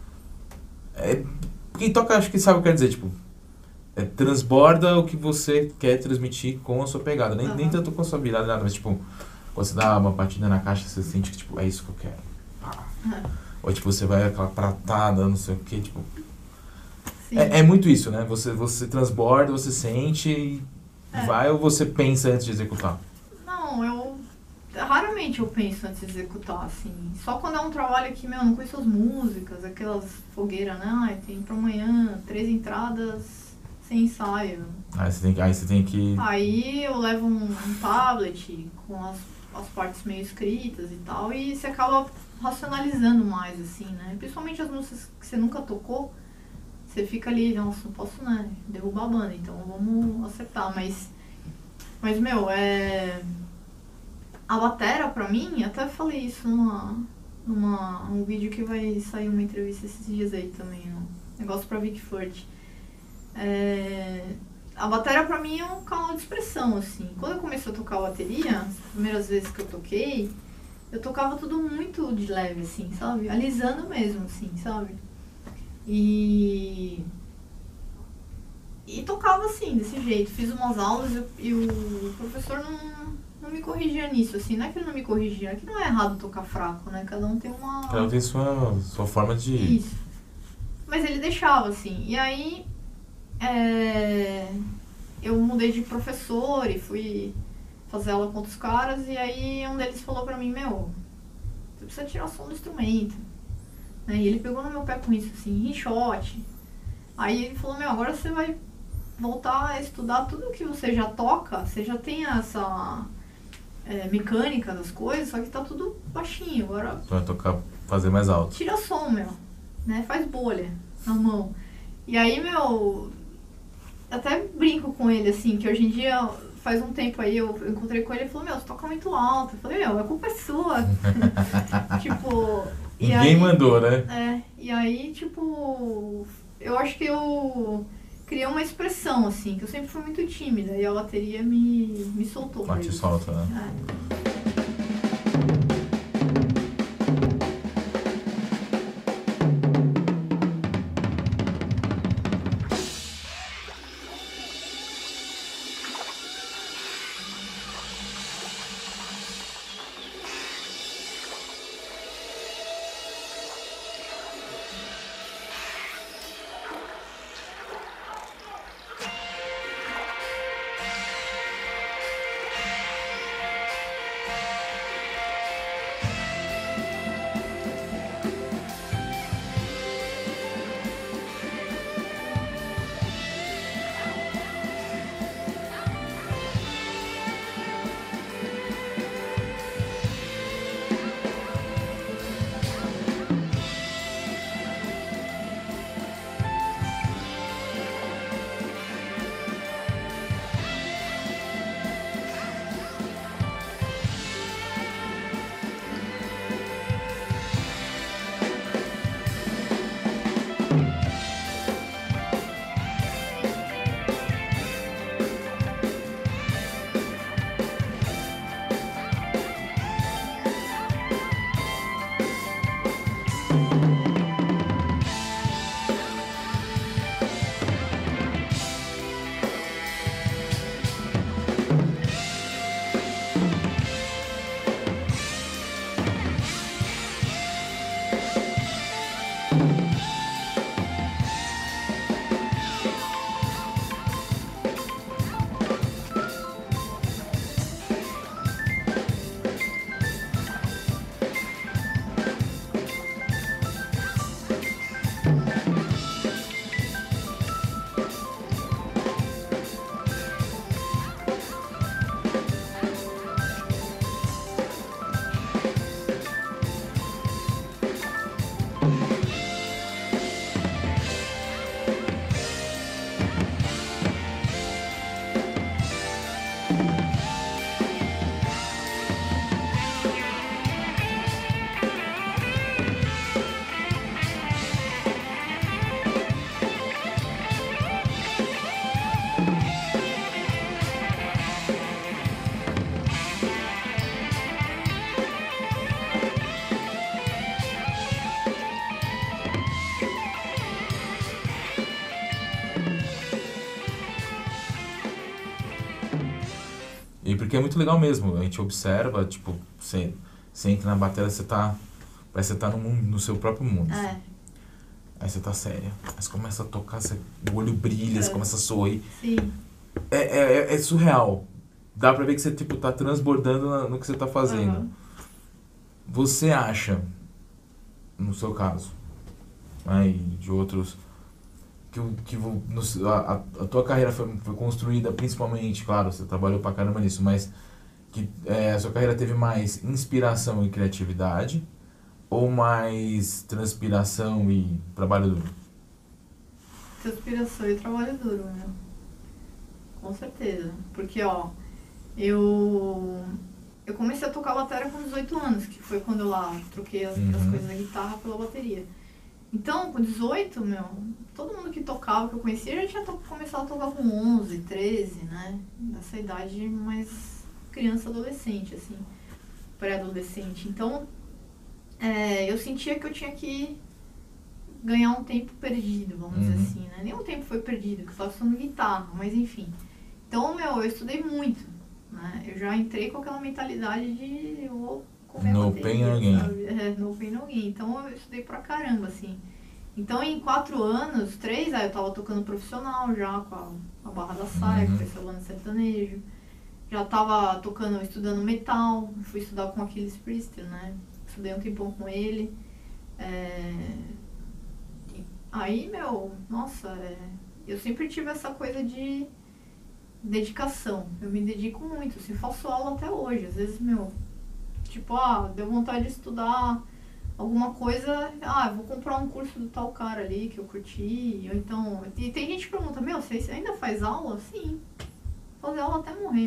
Quem toca acho que sabe o que quer dizer, tipo... transborda o que você quer transmitir com a sua pegada. Nem tanto com a sua virada, nada, mas tipo... Quando você dá uma batida na caixa, você sente que, tipo, é isso que eu quero. Ou, tipo, você vai aquela pratada, não sei o que, tipo... É muito isso, né? Você transborda, você sente e vai, ou você pensa antes de executar? Não, raramente eu penso antes de executar, assim. Só quando é um trabalho que, meu, eu não conheço as músicas, aquelas fogueiras, né? Tem pra amanhã 3 entradas sem ensaio. Aí você tem que... Aí eu levo um tablet com as partes meio escritas e tal, e você acaba racionalizando mais, assim, né? Principalmente as músicas que você nunca tocou, você fica ali, nossa, não posso, né, derrubar a banda, então vamos acertar, mas meu, a batera pra mim, até falei isso num vídeo que vai sair uma entrevista esses dias aí também, um negócio pra Vic Furt. A bateria pra mim é um canal de expressão, assim. Quando eu comecei a tocar bateria, as primeiras vezes que eu toquei, eu tocava tudo muito de leve, assim, sabe? Alisando mesmo, assim, sabe? E tocava assim, desse jeito. Fiz umas aulas e o professor não me corrigia nisso, assim. Não é que ele não me corrigia, é que não é errado tocar fraco, né? Cada um tem uma... Cada um tem sua forma de... Isso. Mas ele deixava, assim. E aí, eu mudei de professor e fui fazer aula com outros caras. E aí, um deles falou pra mim, você precisa tirar o som do instrumento. Né? E ele pegou no meu pé com isso, assim, rinchote. Aí ele falou, agora você vai voltar a estudar tudo que você já toca, você já tem essa mecânica das coisas, só que tá tudo baixinho. Agora Vai tocar, fazer mais alto. tira som, né? Faz bolha na mão. E aí, até brinco com ele, assim, que hoje em dia, faz um tempo aí, eu encontrei com ele e falou, você toca muito alto. Eu falei, a culpa é sua. Tipo... Ninguém mandou, né? E aí, tipo, eu acho que eu criei uma expressão, assim, que eu sempre fui muito tímida, e a bateria me soltou. Te solta, né? E porque é muito legal mesmo, a gente observa, tipo, você entra na bateria, parece que você tá no seu próprio mundo. Aí você tá séria, aí você começa a tocar, o olho brilha, você começa a sorrir. Sim. É surreal. Dá pra ver que você, tipo, tá transbordando no que você tá fazendo. Uhum. Você acha, no seu caso, né, e de outros, a tua carreira foi construída principalmente, claro, você trabalhou pra caramba nisso, mas que a sua carreira teve mais inspiração e criatividade ou mais transpiração e trabalho duro? Transpiração e trabalho duro, com certeza. Porque, eu comecei a tocar bateria com 18 anos, que foi quando eu lá troquei as coisas da guitarra pela bateria. Então, com 18, todo mundo que tocava, que eu conhecia, já tinha começado a tocar com 11, 13, né? Nessa idade mais criança, adolescente, assim. pré-adolescente. Então, eu sentia que eu tinha que ganhar um tempo perdido, vamos dizer assim, né? Nenhum tempo foi perdido, que eu estava estudando guitarra, mas enfim. Então, eu estudei muito, né? Eu já entrei com aquela mentalidade de eu vou comer No bateria, pain, no gain. sabe? No pain, no gain. Então, eu estudei pra caramba, assim. Então, em 4 anos, 3, aí eu tava tocando profissional já, com a Barra da Saia, que foi essa banda sertanejo. Já tava tocando, estudando metal, fui estudar com Aquiles Priester, né? Estudei um tempão com ele. Aí, nossa, eu sempre tive essa coisa de dedicação. Eu me dedico muito, assim, faço aula até hoje. Às vezes, tipo, deu vontade de estudar alguma coisa, eu vou comprar um curso do tal cara ali que eu curti. Ou então, e tem gente que pergunta, você ainda faz aula? Sim. Fazer aula até morrer,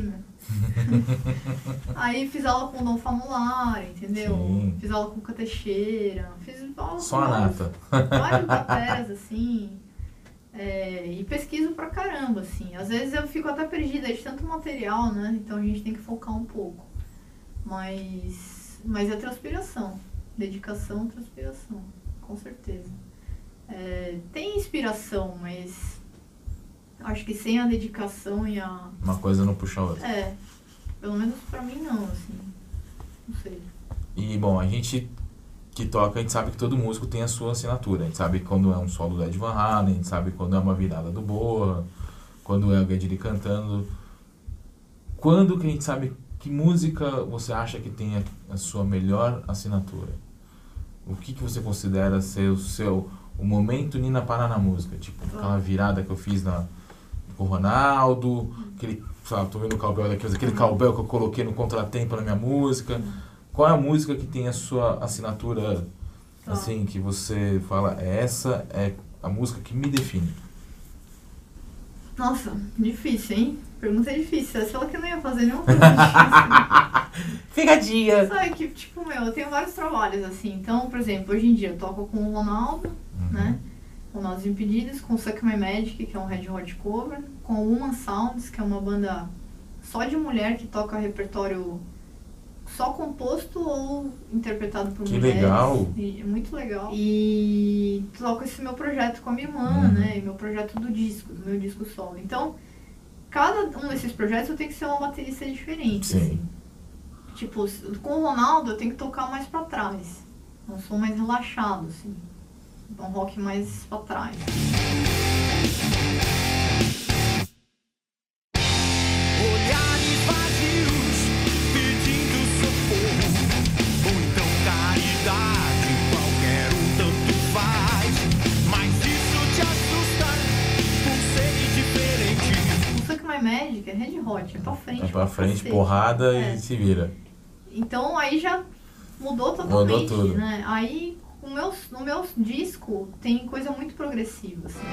Aí fiz aula com o Dom Famular, entendeu? Sim. Fiz aula com o Cateixeira, fiz aula Só a nata. vários bateras, assim. E pesquiso pra caramba, assim. Às vezes eu fico até perdida de tanto material, né? Então a gente tem que focar um pouco. Mas é transpiração. Dedicação, transpiração. Com certeza. Tem inspiração, mas acho que sem a dedicação e a... Uma coisa não puxa a outra. Pelo menos pra mim não, assim. Não sei. E, bom, a gente que toca, a gente sabe que todo músico tem a sua assinatura. A gente sabe quando é um solo do Ed Van Halen, a gente sabe quando é uma virada do Boa, quando é o Geddy cantando. Quando que a gente sabe que música você acha que tem a sua melhor assinatura? O que você considera ser o momento Nina Pará na música? Tipo, aquela virada que eu fiz com o Ronaldo, aquele, tô vendo o cowbell daqui, mas aquele cowbell que eu coloquei no contratempo na minha música. Qual é a música que tem a sua assinatura, assim, que você fala, essa é a música que me define? Nossa, difícil, hein? Pergunta difícil. Essa ela que eu não ia fazer nenhuma coisa difícil. Pegadinha! Sabe que, tipo, eu tenho vários trabalhos, assim. Então, por exemplo, hoje em dia eu toco com o Ronaldo, né? Ronaldo Desimpedidos, com o Suck My Magic, que é um Red Hot cover, com o Woman Sounds, que é uma banda só de mulher que toca repertório só composto ou interpretado por mulheres. Que legal! É muito legal. E toco esse meu projeto com a minha irmã, né? E meu projeto do meu disco solo. Então, cada um desses projetos eu tenho que ser uma baterista diferente. Sim. Assim. Tipo, com o Ronaldo eu tenho que tocar mais pra trás. Um som mais relaxado, assim. Um rock mais pra trás. Olhares vazios pedindo socorro, ou então caridade, qualquer tanto faz. Mas isso te assusta por ser diferente. O Suck My Magic é Red Hot, é pra frente. É pra frente, cacete. porrada e se vira. Então aí já mudou totalmente, Mudou tudo. né? Aí no meu disco tem coisa muito progressiva, assim.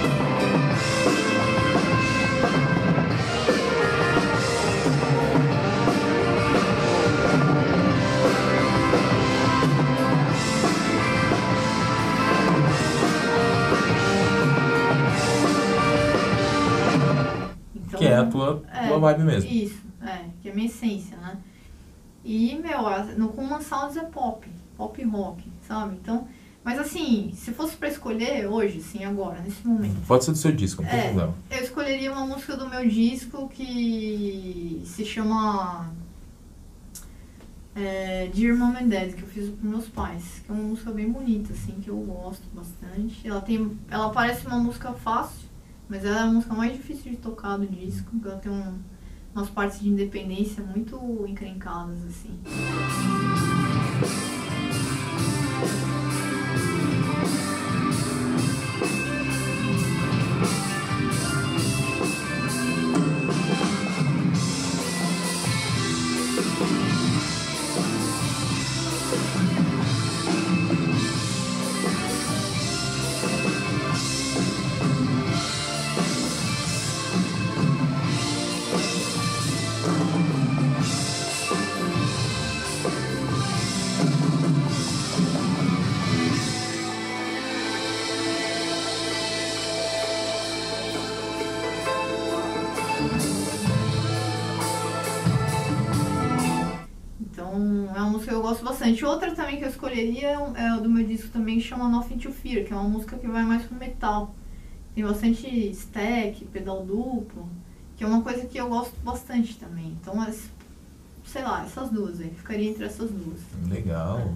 Então, Que é a tua vibe mesmo. Isso, que é a minha essência, né? E, no Common Sounds é pop rock, sabe? Então, mas assim, se fosse pra escolher hoje, sim, agora, nesse momento. Pode ser do seu disco, não tem problema. Eu escolheria uma música do meu disco que se chama Dear Mom and Dad, que eu fiz pros meus pais. Que é uma música bem bonita, assim, que eu gosto bastante. Ela parece uma música fácil, mas ela é a música mais difícil de tocar do disco, porque ela tem umas partes de independência muito encrencadas, assim. Então, é uma música que eu gosto bastante. Outra também que eu escolheria é do meu disco também, que chama Nothing to Fear, que é uma música que vai mais pro metal. Tem bastante stack, pedal duplo, que é uma coisa que eu gosto bastante também. Então, sei lá, essas duas aí. Ficaria entre essas duas. Legal.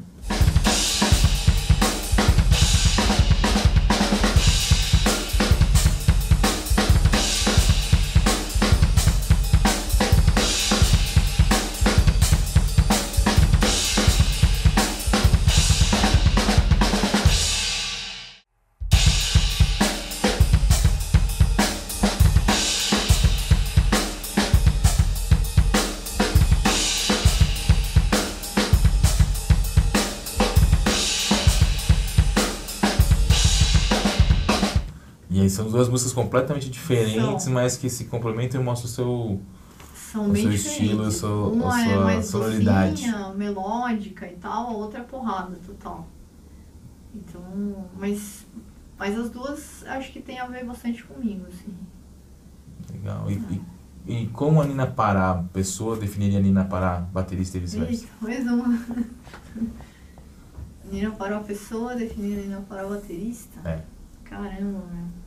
E aí são duas músicas completamente diferentes, mas que se complementam e mostram São o bem seu diferentes. estilo, a Uma é sua mais sonoridade. docinha, melódica e tal, a outra é porrada total. Então, mas as duas acho que tem a ver bastante comigo, assim. Legal. E como a Nina Pará, pessoa, definiria a Nina Pará, baterista e vice-versa? Eita, mais uma. Nina Pará pessoa, definir a Nina Pará baterista? É. Caramba, meu.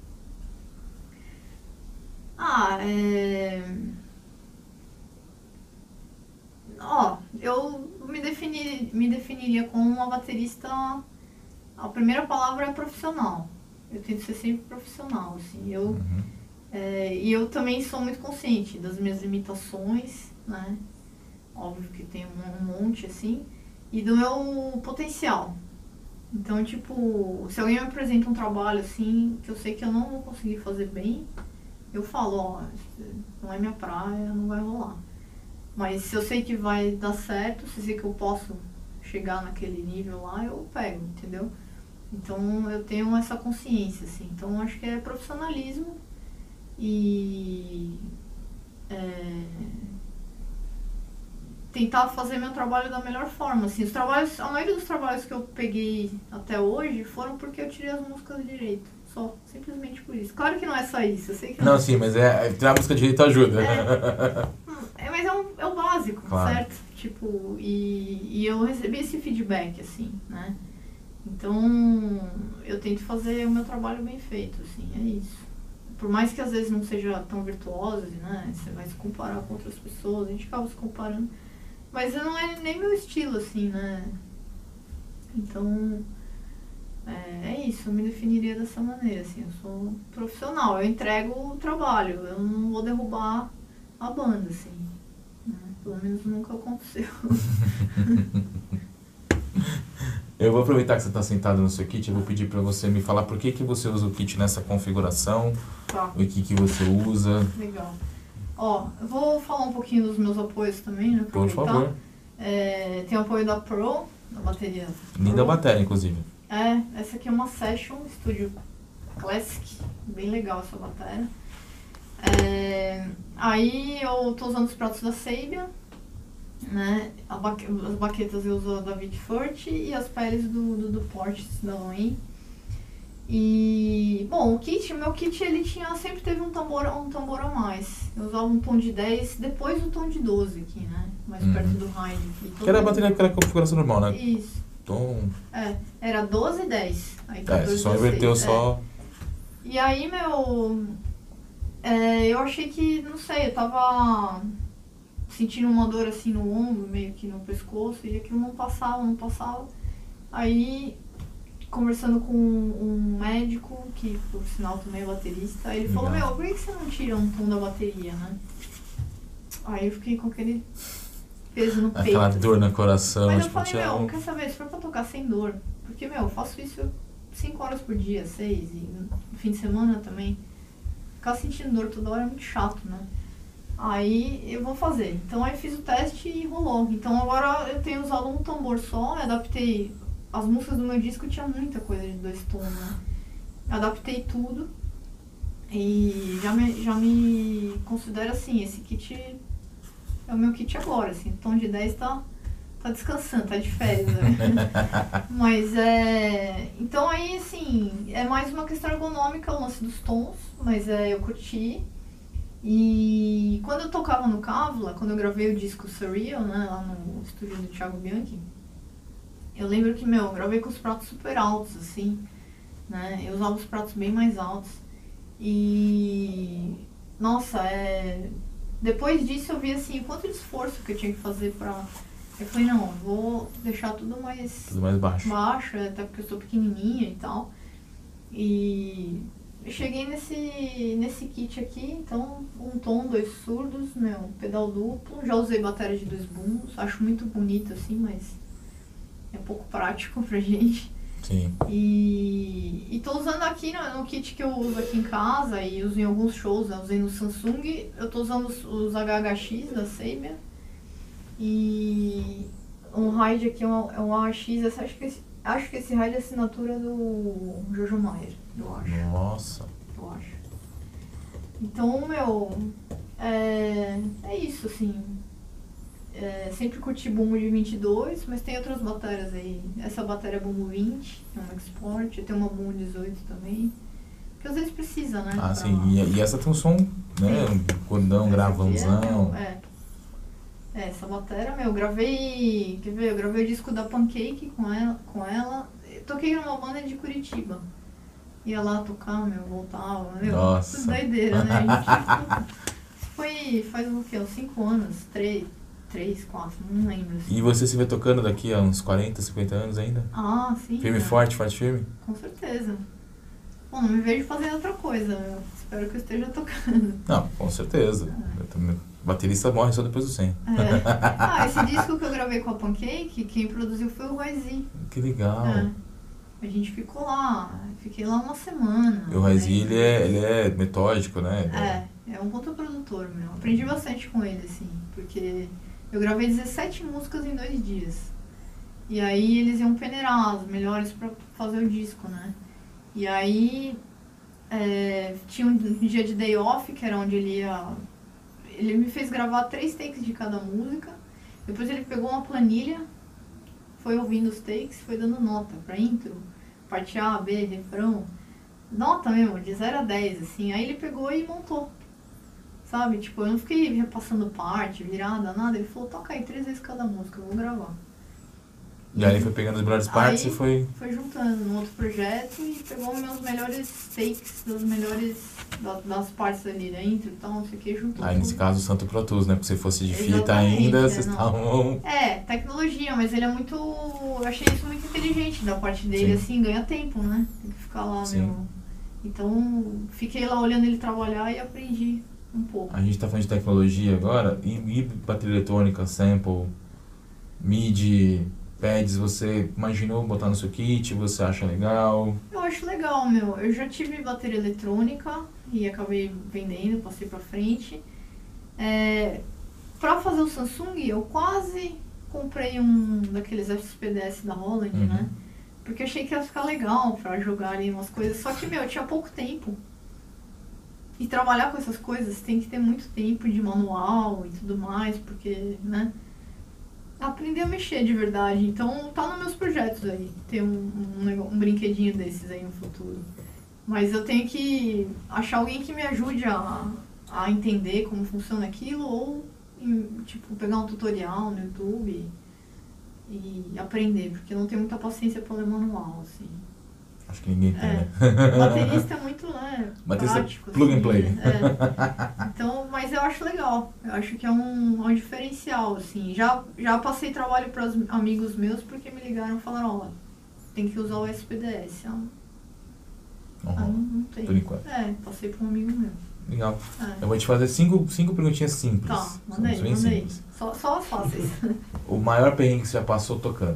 Eu me definiria como uma baterista. A primeira palavra é profissional. Eu tento ser sempre profissional, assim. E eu também sou muito consciente das minhas limitações, né? Óbvio que tem um monte, assim. E do meu potencial. Então, tipo, se alguém me apresenta um trabalho, assim, que eu sei que eu não vou conseguir fazer bem, eu falo, ó, não é minha praia, não vai rolar. Mas se eu sei que vai dar certo, se eu sei que eu posso chegar naquele nível lá, eu pego, entendeu? Então eu tenho essa consciência, assim. Então acho que é profissionalismo e tentar fazer meu trabalho da melhor forma, assim. A maioria dos trabalhos que eu peguei até hoje foram porque eu tirei as músicas direito. Só, simplesmente por isso. Claro que não é só isso, eu sei que Não, sim, mas tirar a música direito ajuda. mas é o básico, Claro. certo? Tipo, e eu recebi esse feedback, assim, né? Então, eu tento fazer o meu trabalho bem feito, assim, é isso. Por mais que às vezes não seja tão virtuoso, né? Você vai se comparar com outras pessoas, a gente acaba se comparando. Mas não é nem meu estilo, assim, né? Então, é isso, eu me definiria dessa maneira, assim, eu sou profissional, eu entrego o trabalho, eu não vou derrubar a banda, assim, né? Pelo menos nunca aconteceu. Eu vou aproveitar que você está sentado no seu kit, eu vou pedir para você me falar por que você usa o kit nessa configuração, Tá, o que você usa. legal. Ó, eu vou falar um pouquinho dos meus apoios também, né? Por favor. Tem o apoio da Pro, da bateria. Linda Pro. bateria, inclusive. Essa aqui é uma Session Studio Classic, bem legal essa bateria. Aí eu tô usando os pratos da Sabian, né? As baquetas eu uso a da Vitfurt e as peles do Portes da Wayne. E, bom, o meu kit ele sempre teve um tambor a mais. Eu usava um tom de 10, depois o tom de 12 aqui, né? Mais perto do high aqui. Que era a bateria que era a configuração normal, né? Isso. Tom. Era 12 e 10. Aí 14, Só 16, inverteu só. E aí, eu achei que, não sei, eu tava sentindo uma dor assim no ombro, meio que no pescoço, e aquilo não passava. Aí, conversando com um médico, que por sinal também é baterista, ele falou, por que você não tira um tom da bateria, né? Aí eu fiquei com aquele peso no peito. Aquela dor no coração. Mas eu tipo, falei, quer saber, se for pra tocar sem dor, porque, eu faço isso 5 horas por dia, 6, e no fim de semana também. Ficar sentindo dor toda hora é muito chato, né? Aí eu vou fazer. Então aí fiz o teste e rolou. Então agora eu tenho usado um tambor só, eu adaptei. As músicas do meu disco tinha muita coisa de 2 tons, né? Eu adaptei tudo e já me considero assim, esse kit é o meu kit agora, assim, o tom de 10 tá descansando, tá de férias, né? Mas então aí, assim, é mais uma questão ergonômica o lance dos tons, mas eu curti. E quando eu tocava no Cávola, quando eu gravei o disco Surreal, né, lá no estúdio do Thiago Bianchi, eu lembro que, eu gravei com os pratos super altos, assim, né, eu usava os pratos bem mais altos. E, nossa, depois disso eu vi, assim, o quanto de esforço que eu tinha que fazer pra... Eu falei, não, vou deixar tudo mais baixo, até porque eu sou pequenininha e tal. E eu cheguei nesse kit aqui, então, um tom, 2 surdos, pedal duplo. Já usei bateria de 2 bumbos, acho muito bonito, assim, mas é pouco prático pra gente. Sim. E tô usando aqui no kit que eu uso aqui em casa e uso em alguns shows, eu usei no Samsung, eu tô usando os HHX da Sabian. E um RAID aqui é um AX, acho que esse RAID é assinatura do Jojo Maier, eu acho. Nossa. Eu acho. Então, é isso, assim. Sempre curti bumbo de 22, mas tem outras baterias aí. Essa bateria é bumbo 20, é uma Export, eu tenho uma bumbo 18 também. Porque às vezes precisa, né? Ah, sim. E essa tem um som, né? Um cordão, gravanzão. Essa bateria, eu gravei. Quer ver? Eu gravei o disco da Pancake com ela. Eu toquei numa banda de Curitiba. Ia lá tocar, voltava. Nossa. Tudo doideira, né? A gente foi faz o quê? Uns 5 anos? 3, 4, não lembro. Assim. E você se vê tocando daqui a uns 40, 50 anos ainda? Ah, sim. Firme, forte firme? Com certeza. Bom, não me vejo fazendo outra coisa, Espero que eu esteja tocando. Não, com certeza. Baterista morre só depois do 100. Esse disco que eu gravei com a Pancake, quem produziu foi o Royzi. Que legal. A gente ficou lá, fiquei lá uma semana. E o Royzi, ele é metódico, né? É um puta produtor, Aprendi bastante com ele, assim, porque eu gravei 17 músicas em 2 dias. E aí eles iam peneirar as melhores pra fazer o disco, né? E aí tinha um dia de day off, que era onde ele me fez gravar 3 takes de cada música. Depois ele pegou uma planilha, foi ouvindo os takes, foi dando nota pra intro, parte A, B, refrão. Nota mesmo, de 0 a 10, assim. Aí ele pegou e montou. Sabe? Tipo, eu não fiquei repassando parte, virada, nada. Ele falou, toca aí 3 vezes cada música, eu vou gravar. E aí ele foi pegando as melhores partes e foi juntando num outro projeto e pegou meus melhores takes, das partes ali da intro e tal, não sei o que, juntou. Aí nesse caso o Santo Pro Tools, né? Porque se fosse de fita Exatamente, ainda, vocês estavam... Tecnologia, mas ele é muito... Eu achei isso muito inteligente da parte dele, Sim. assim, ganha tempo, né? Tem que ficar lá, Então, fiquei lá olhando ele trabalhar e aprendi um pouco. A gente tá falando de tecnologia agora, e bateria eletrônica, sample, MIDI, pads, você imaginou botar no seu kit? Você acha legal? Eu acho legal, Eu já tive bateria eletrônica e acabei vendendo, passei pra frente. Pra fazer o Samsung, eu quase comprei um daqueles SPDS da Roland, né? Porque eu achei que ia ficar legal pra jogar ali umas coisas. Só que, eu tinha pouco tempo. E trabalhar com essas coisas tem que ter muito tempo de manual e tudo mais, porque, né? Aprender a mexer de verdade. Então, tá nos meus projetos aí. Ter um brinquedinho desses aí no futuro. Mas eu tenho que achar alguém que me ajude a entender como funciona aquilo ou, tipo, pegar um tutorial no YouTube e aprender. Porque eu não tenho muita paciência pra ler manual, assim. Acho que ninguém tem, né? Baterista é muito, prático. Plug assim, and play. Então, mas eu acho legal. Eu acho que é um diferencial, assim. Já passei trabalho para amigos meus porque me ligaram e falaram, tem que usar o SPDS. Não tem. Por enquanto. Passei para um amigo meu. Legal. Eu vou te fazer 5 perguntinhas simples. Tá, manda aí. Só as fáceis. O maior perrengue que você já passou tocando?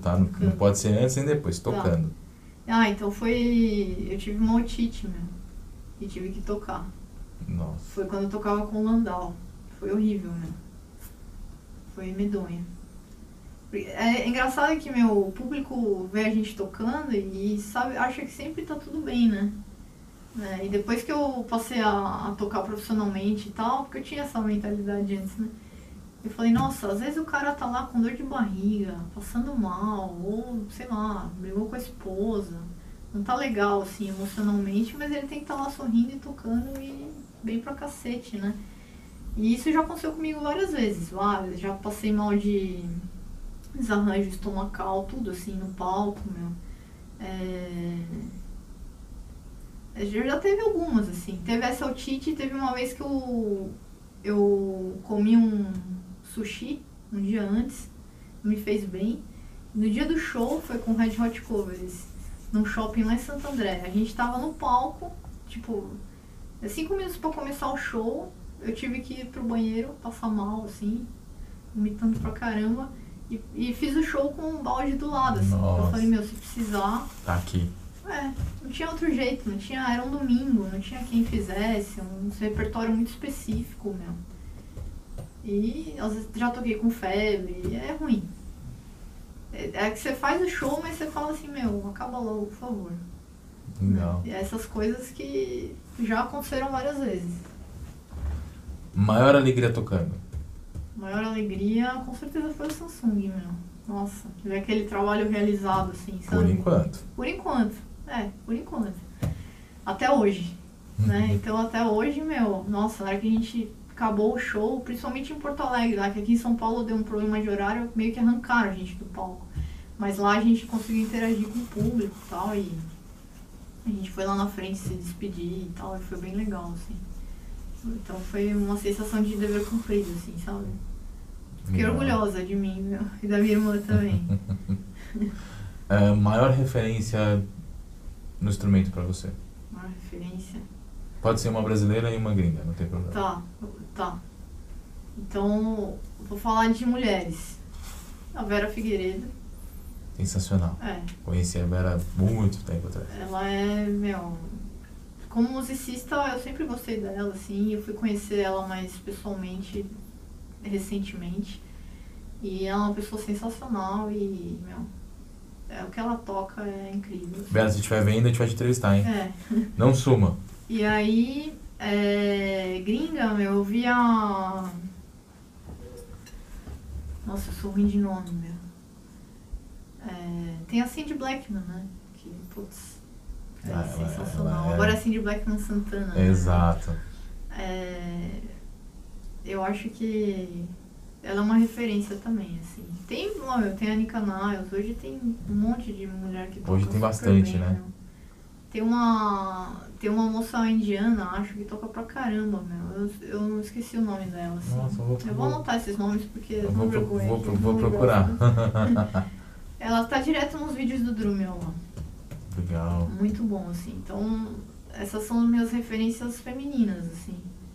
tá? Não pode ser antes nem depois, tocando. Ah, então foi... Eu tive uma otite, meu. E tive que tocar. Nossa. Foi quando eu tocava com o Landau. Foi horrível, meu. Foi medonho. É engraçado que, meu, o público vê a gente tocando e sabe, acha que sempre tá tudo bem, né? E depois que eu passei a tocar profissionalmente e tal, porque eu tinha essa mentalidade antes, né? Eu falei, nossa, às vezes o cara tá lá com dor de barriga, passando mal, ou, sei lá, brigou com a esposa. Não tá legal, assim, emocionalmente, mas ele tem que estar lá sorrindo e tocando e bem pra cacete, né? E isso já aconteceu comigo várias vezes, várias. Já passei mal de desarranjo estomacal, tudo assim, no palco, meu. Já teve algumas, assim. Teve essa otite, teve uma vez que eu comi um sushi um dia antes, me fez bem. No dia do show foi com Red Hot Covers, num shopping lá em Santo André. A gente tava no palco, tipo, 5 minutos pra começar o show, eu tive que ir pro banheiro, passar mal, assim, vomitando pra caramba. E fiz o show com um balde do lado, assim. Nossa. Eu falei, meu, se precisar... Tá aqui. Não tinha outro jeito, não tinha, era um domingo, não tinha quem fizesse, um repertório muito específico, meu. E às vezes já toquei com febre, é ruim. É que você faz o show, mas você fala assim, meu, acaba logo, por favor. Legal. E essas coisas que já aconteceram várias vezes. Maior alegria tocando? Maior alegria, com certeza, foi o Samsung, meu. Nossa, ver aquele trabalho realizado, assim, sabe? Por enquanto. Por enquanto, por enquanto. Até hoje, né? Então, até hoje, meu, nossa, na hora que a gente acabou o show, principalmente em Porto Alegre, lá, que aqui em São Paulo deu um problema de horário, meio que arrancaram a gente do palco. Mas lá a gente conseguiu interagir com o público e tal, e a gente foi lá na frente se despedir e tal, e foi bem legal, assim. Então foi uma sensação de dever cumprido, assim, sabe? Fiquei orgulhosa de mim, meu, e da minha irmã também. Maior referência no instrumento pra você? Maior referência? Pode ser uma brasileira e uma gringa, não tem problema. Tá. Então, vou falar de mulheres. A Vera Figueiredo. Sensacional. Conheci a Vera há muito tempo atrás. Ela é, meu... Como musicista, eu sempre gostei dela, assim. Eu fui conhecer ela mais pessoalmente recentemente. E ela é uma pessoa sensacional e, meu... o que ela toca é incrível. Vera, se estiver vendo, a gente vai te entrevistar, hein? Não suma. E aí, gringa, meu, eu vi a... Nossa, eu sou ruim de nome, meu. Tem a Cindy Blackman, né? Que, putz, sensacional. Agora a Cindy Blackman Santana. Exato. Né? Eu acho que ela é uma referência também, assim. Tem a Nika Niles, hoje tem um monte de mulher que toca. Hoje tem bastante, bem, né? Meu. Tem uma moça indiana, acho, que toca pra caramba, meu. Eu não esqueci o nome dela, assim. Nossa, eu vou anotar esses nomes porque eu não vou procurar. Ela tá direto nos vídeos do Drumel lá. Legal. Muito bom, assim. Então, essas são as minhas referências femininas, assim.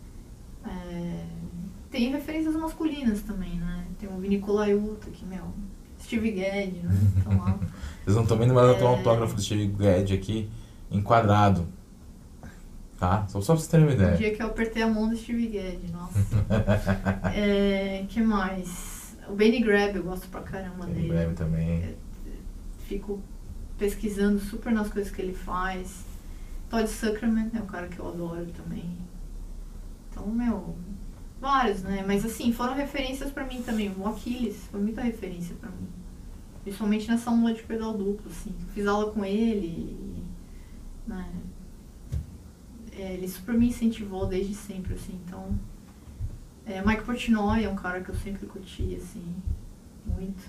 Tem referências masculinas também, né? Tem o Vini Colaiuta, que, meu... Steve Gadd, né? Então, lá. Vocês não estão vendo, mas eu tenho um autógrafo do Steve Gadd aqui, enquadrado. Tá? Só pra vocês terem uma ideia. O dia que eu apertei a mão do Steve Gadd, nossa. Que mais? O Benny Greb, eu gosto pra caramba dele. Benny Greb também. Fico pesquisando super nas coisas que ele faz. Todd Sucherman é um cara que eu adoro também. Então, meu... Vários, né? Mas assim, foram referências pra mim também. O Aquiles foi muita referência pra mim. Principalmente nessa aula de pedal duplo, assim. Eu fiz aula com ele, né? Ele super me incentivou desde sempre, assim. Então, Mike Portnoy é um cara que eu sempre curti, assim, muito.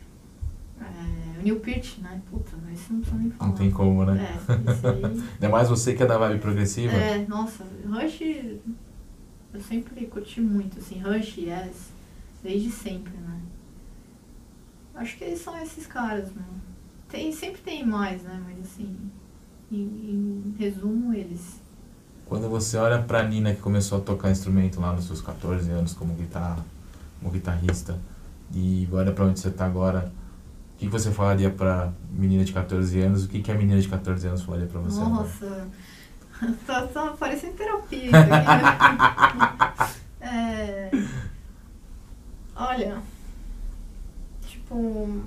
O Neil Peart, né? Puta, mas isso não precisa nem falar. Não tem como, né? Esse aí... Ainda mais você que é da vibe progressiva. Nossa, Rush... Eu sempre curti muito, assim, Rush, Yes, desde sempre, né? Acho que eles são esses caras, né? Sempre tem mais, né? Mas assim, em resumo, eles. Quando você olha pra Nina, que começou a tocar instrumento lá nos seus 14 anos como guitarrista, e olha pra onde você tá agora, que você falaria pra menina de 14 anos? O que a menina de 14 anos falaria pra você? Nossa, tá parecendo terapia isso aqui, né? Olha, tipo...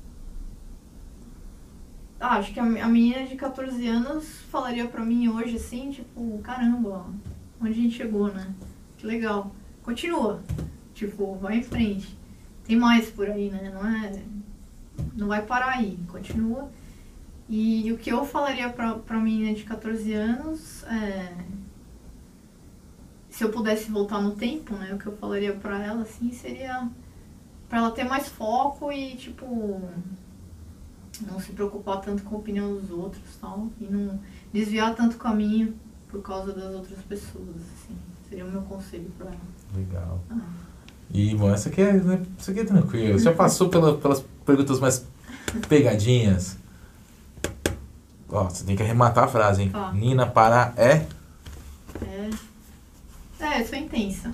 acho que a menina de 14 anos falaria pra mim hoje, assim, tipo, caramba, onde a gente chegou, né? Que legal. Continua. Tipo, vai em frente. Tem mais por aí, né? Não vai parar aí. Continua. E o que eu falaria pra menina de 14 anos é... Se eu pudesse voltar no tempo, né? O que eu falaria pra ela, assim, seria pra ela ter mais foco e, tipo... não se preocupar tanto com a opinião dos outros, tal, e não desviar tanto o caminho por causa das outras pessoas, assim. Seria o meu conselho pra ela. Legal. E, bom, essa aqui é tranquilo. Você já passou pelas perguntas mais pegadinhas? Ó, você tem que arrematar a frase, hein? Tá. Nina Pará é? Eu sou intensa.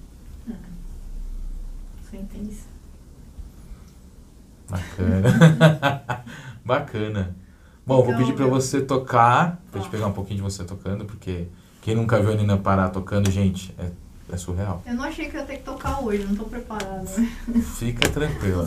Sou intensa. Bacana. Bacana. Bom, Então, vou pedir pra você tocar, pra gente pegar um pouquinho de você tocando, porque quem nunca viu a Nina Pará tocando, gente, é surreal. Eu não achei que eu ia ter que tocar hoje, não tô preparada. Fica tranquila.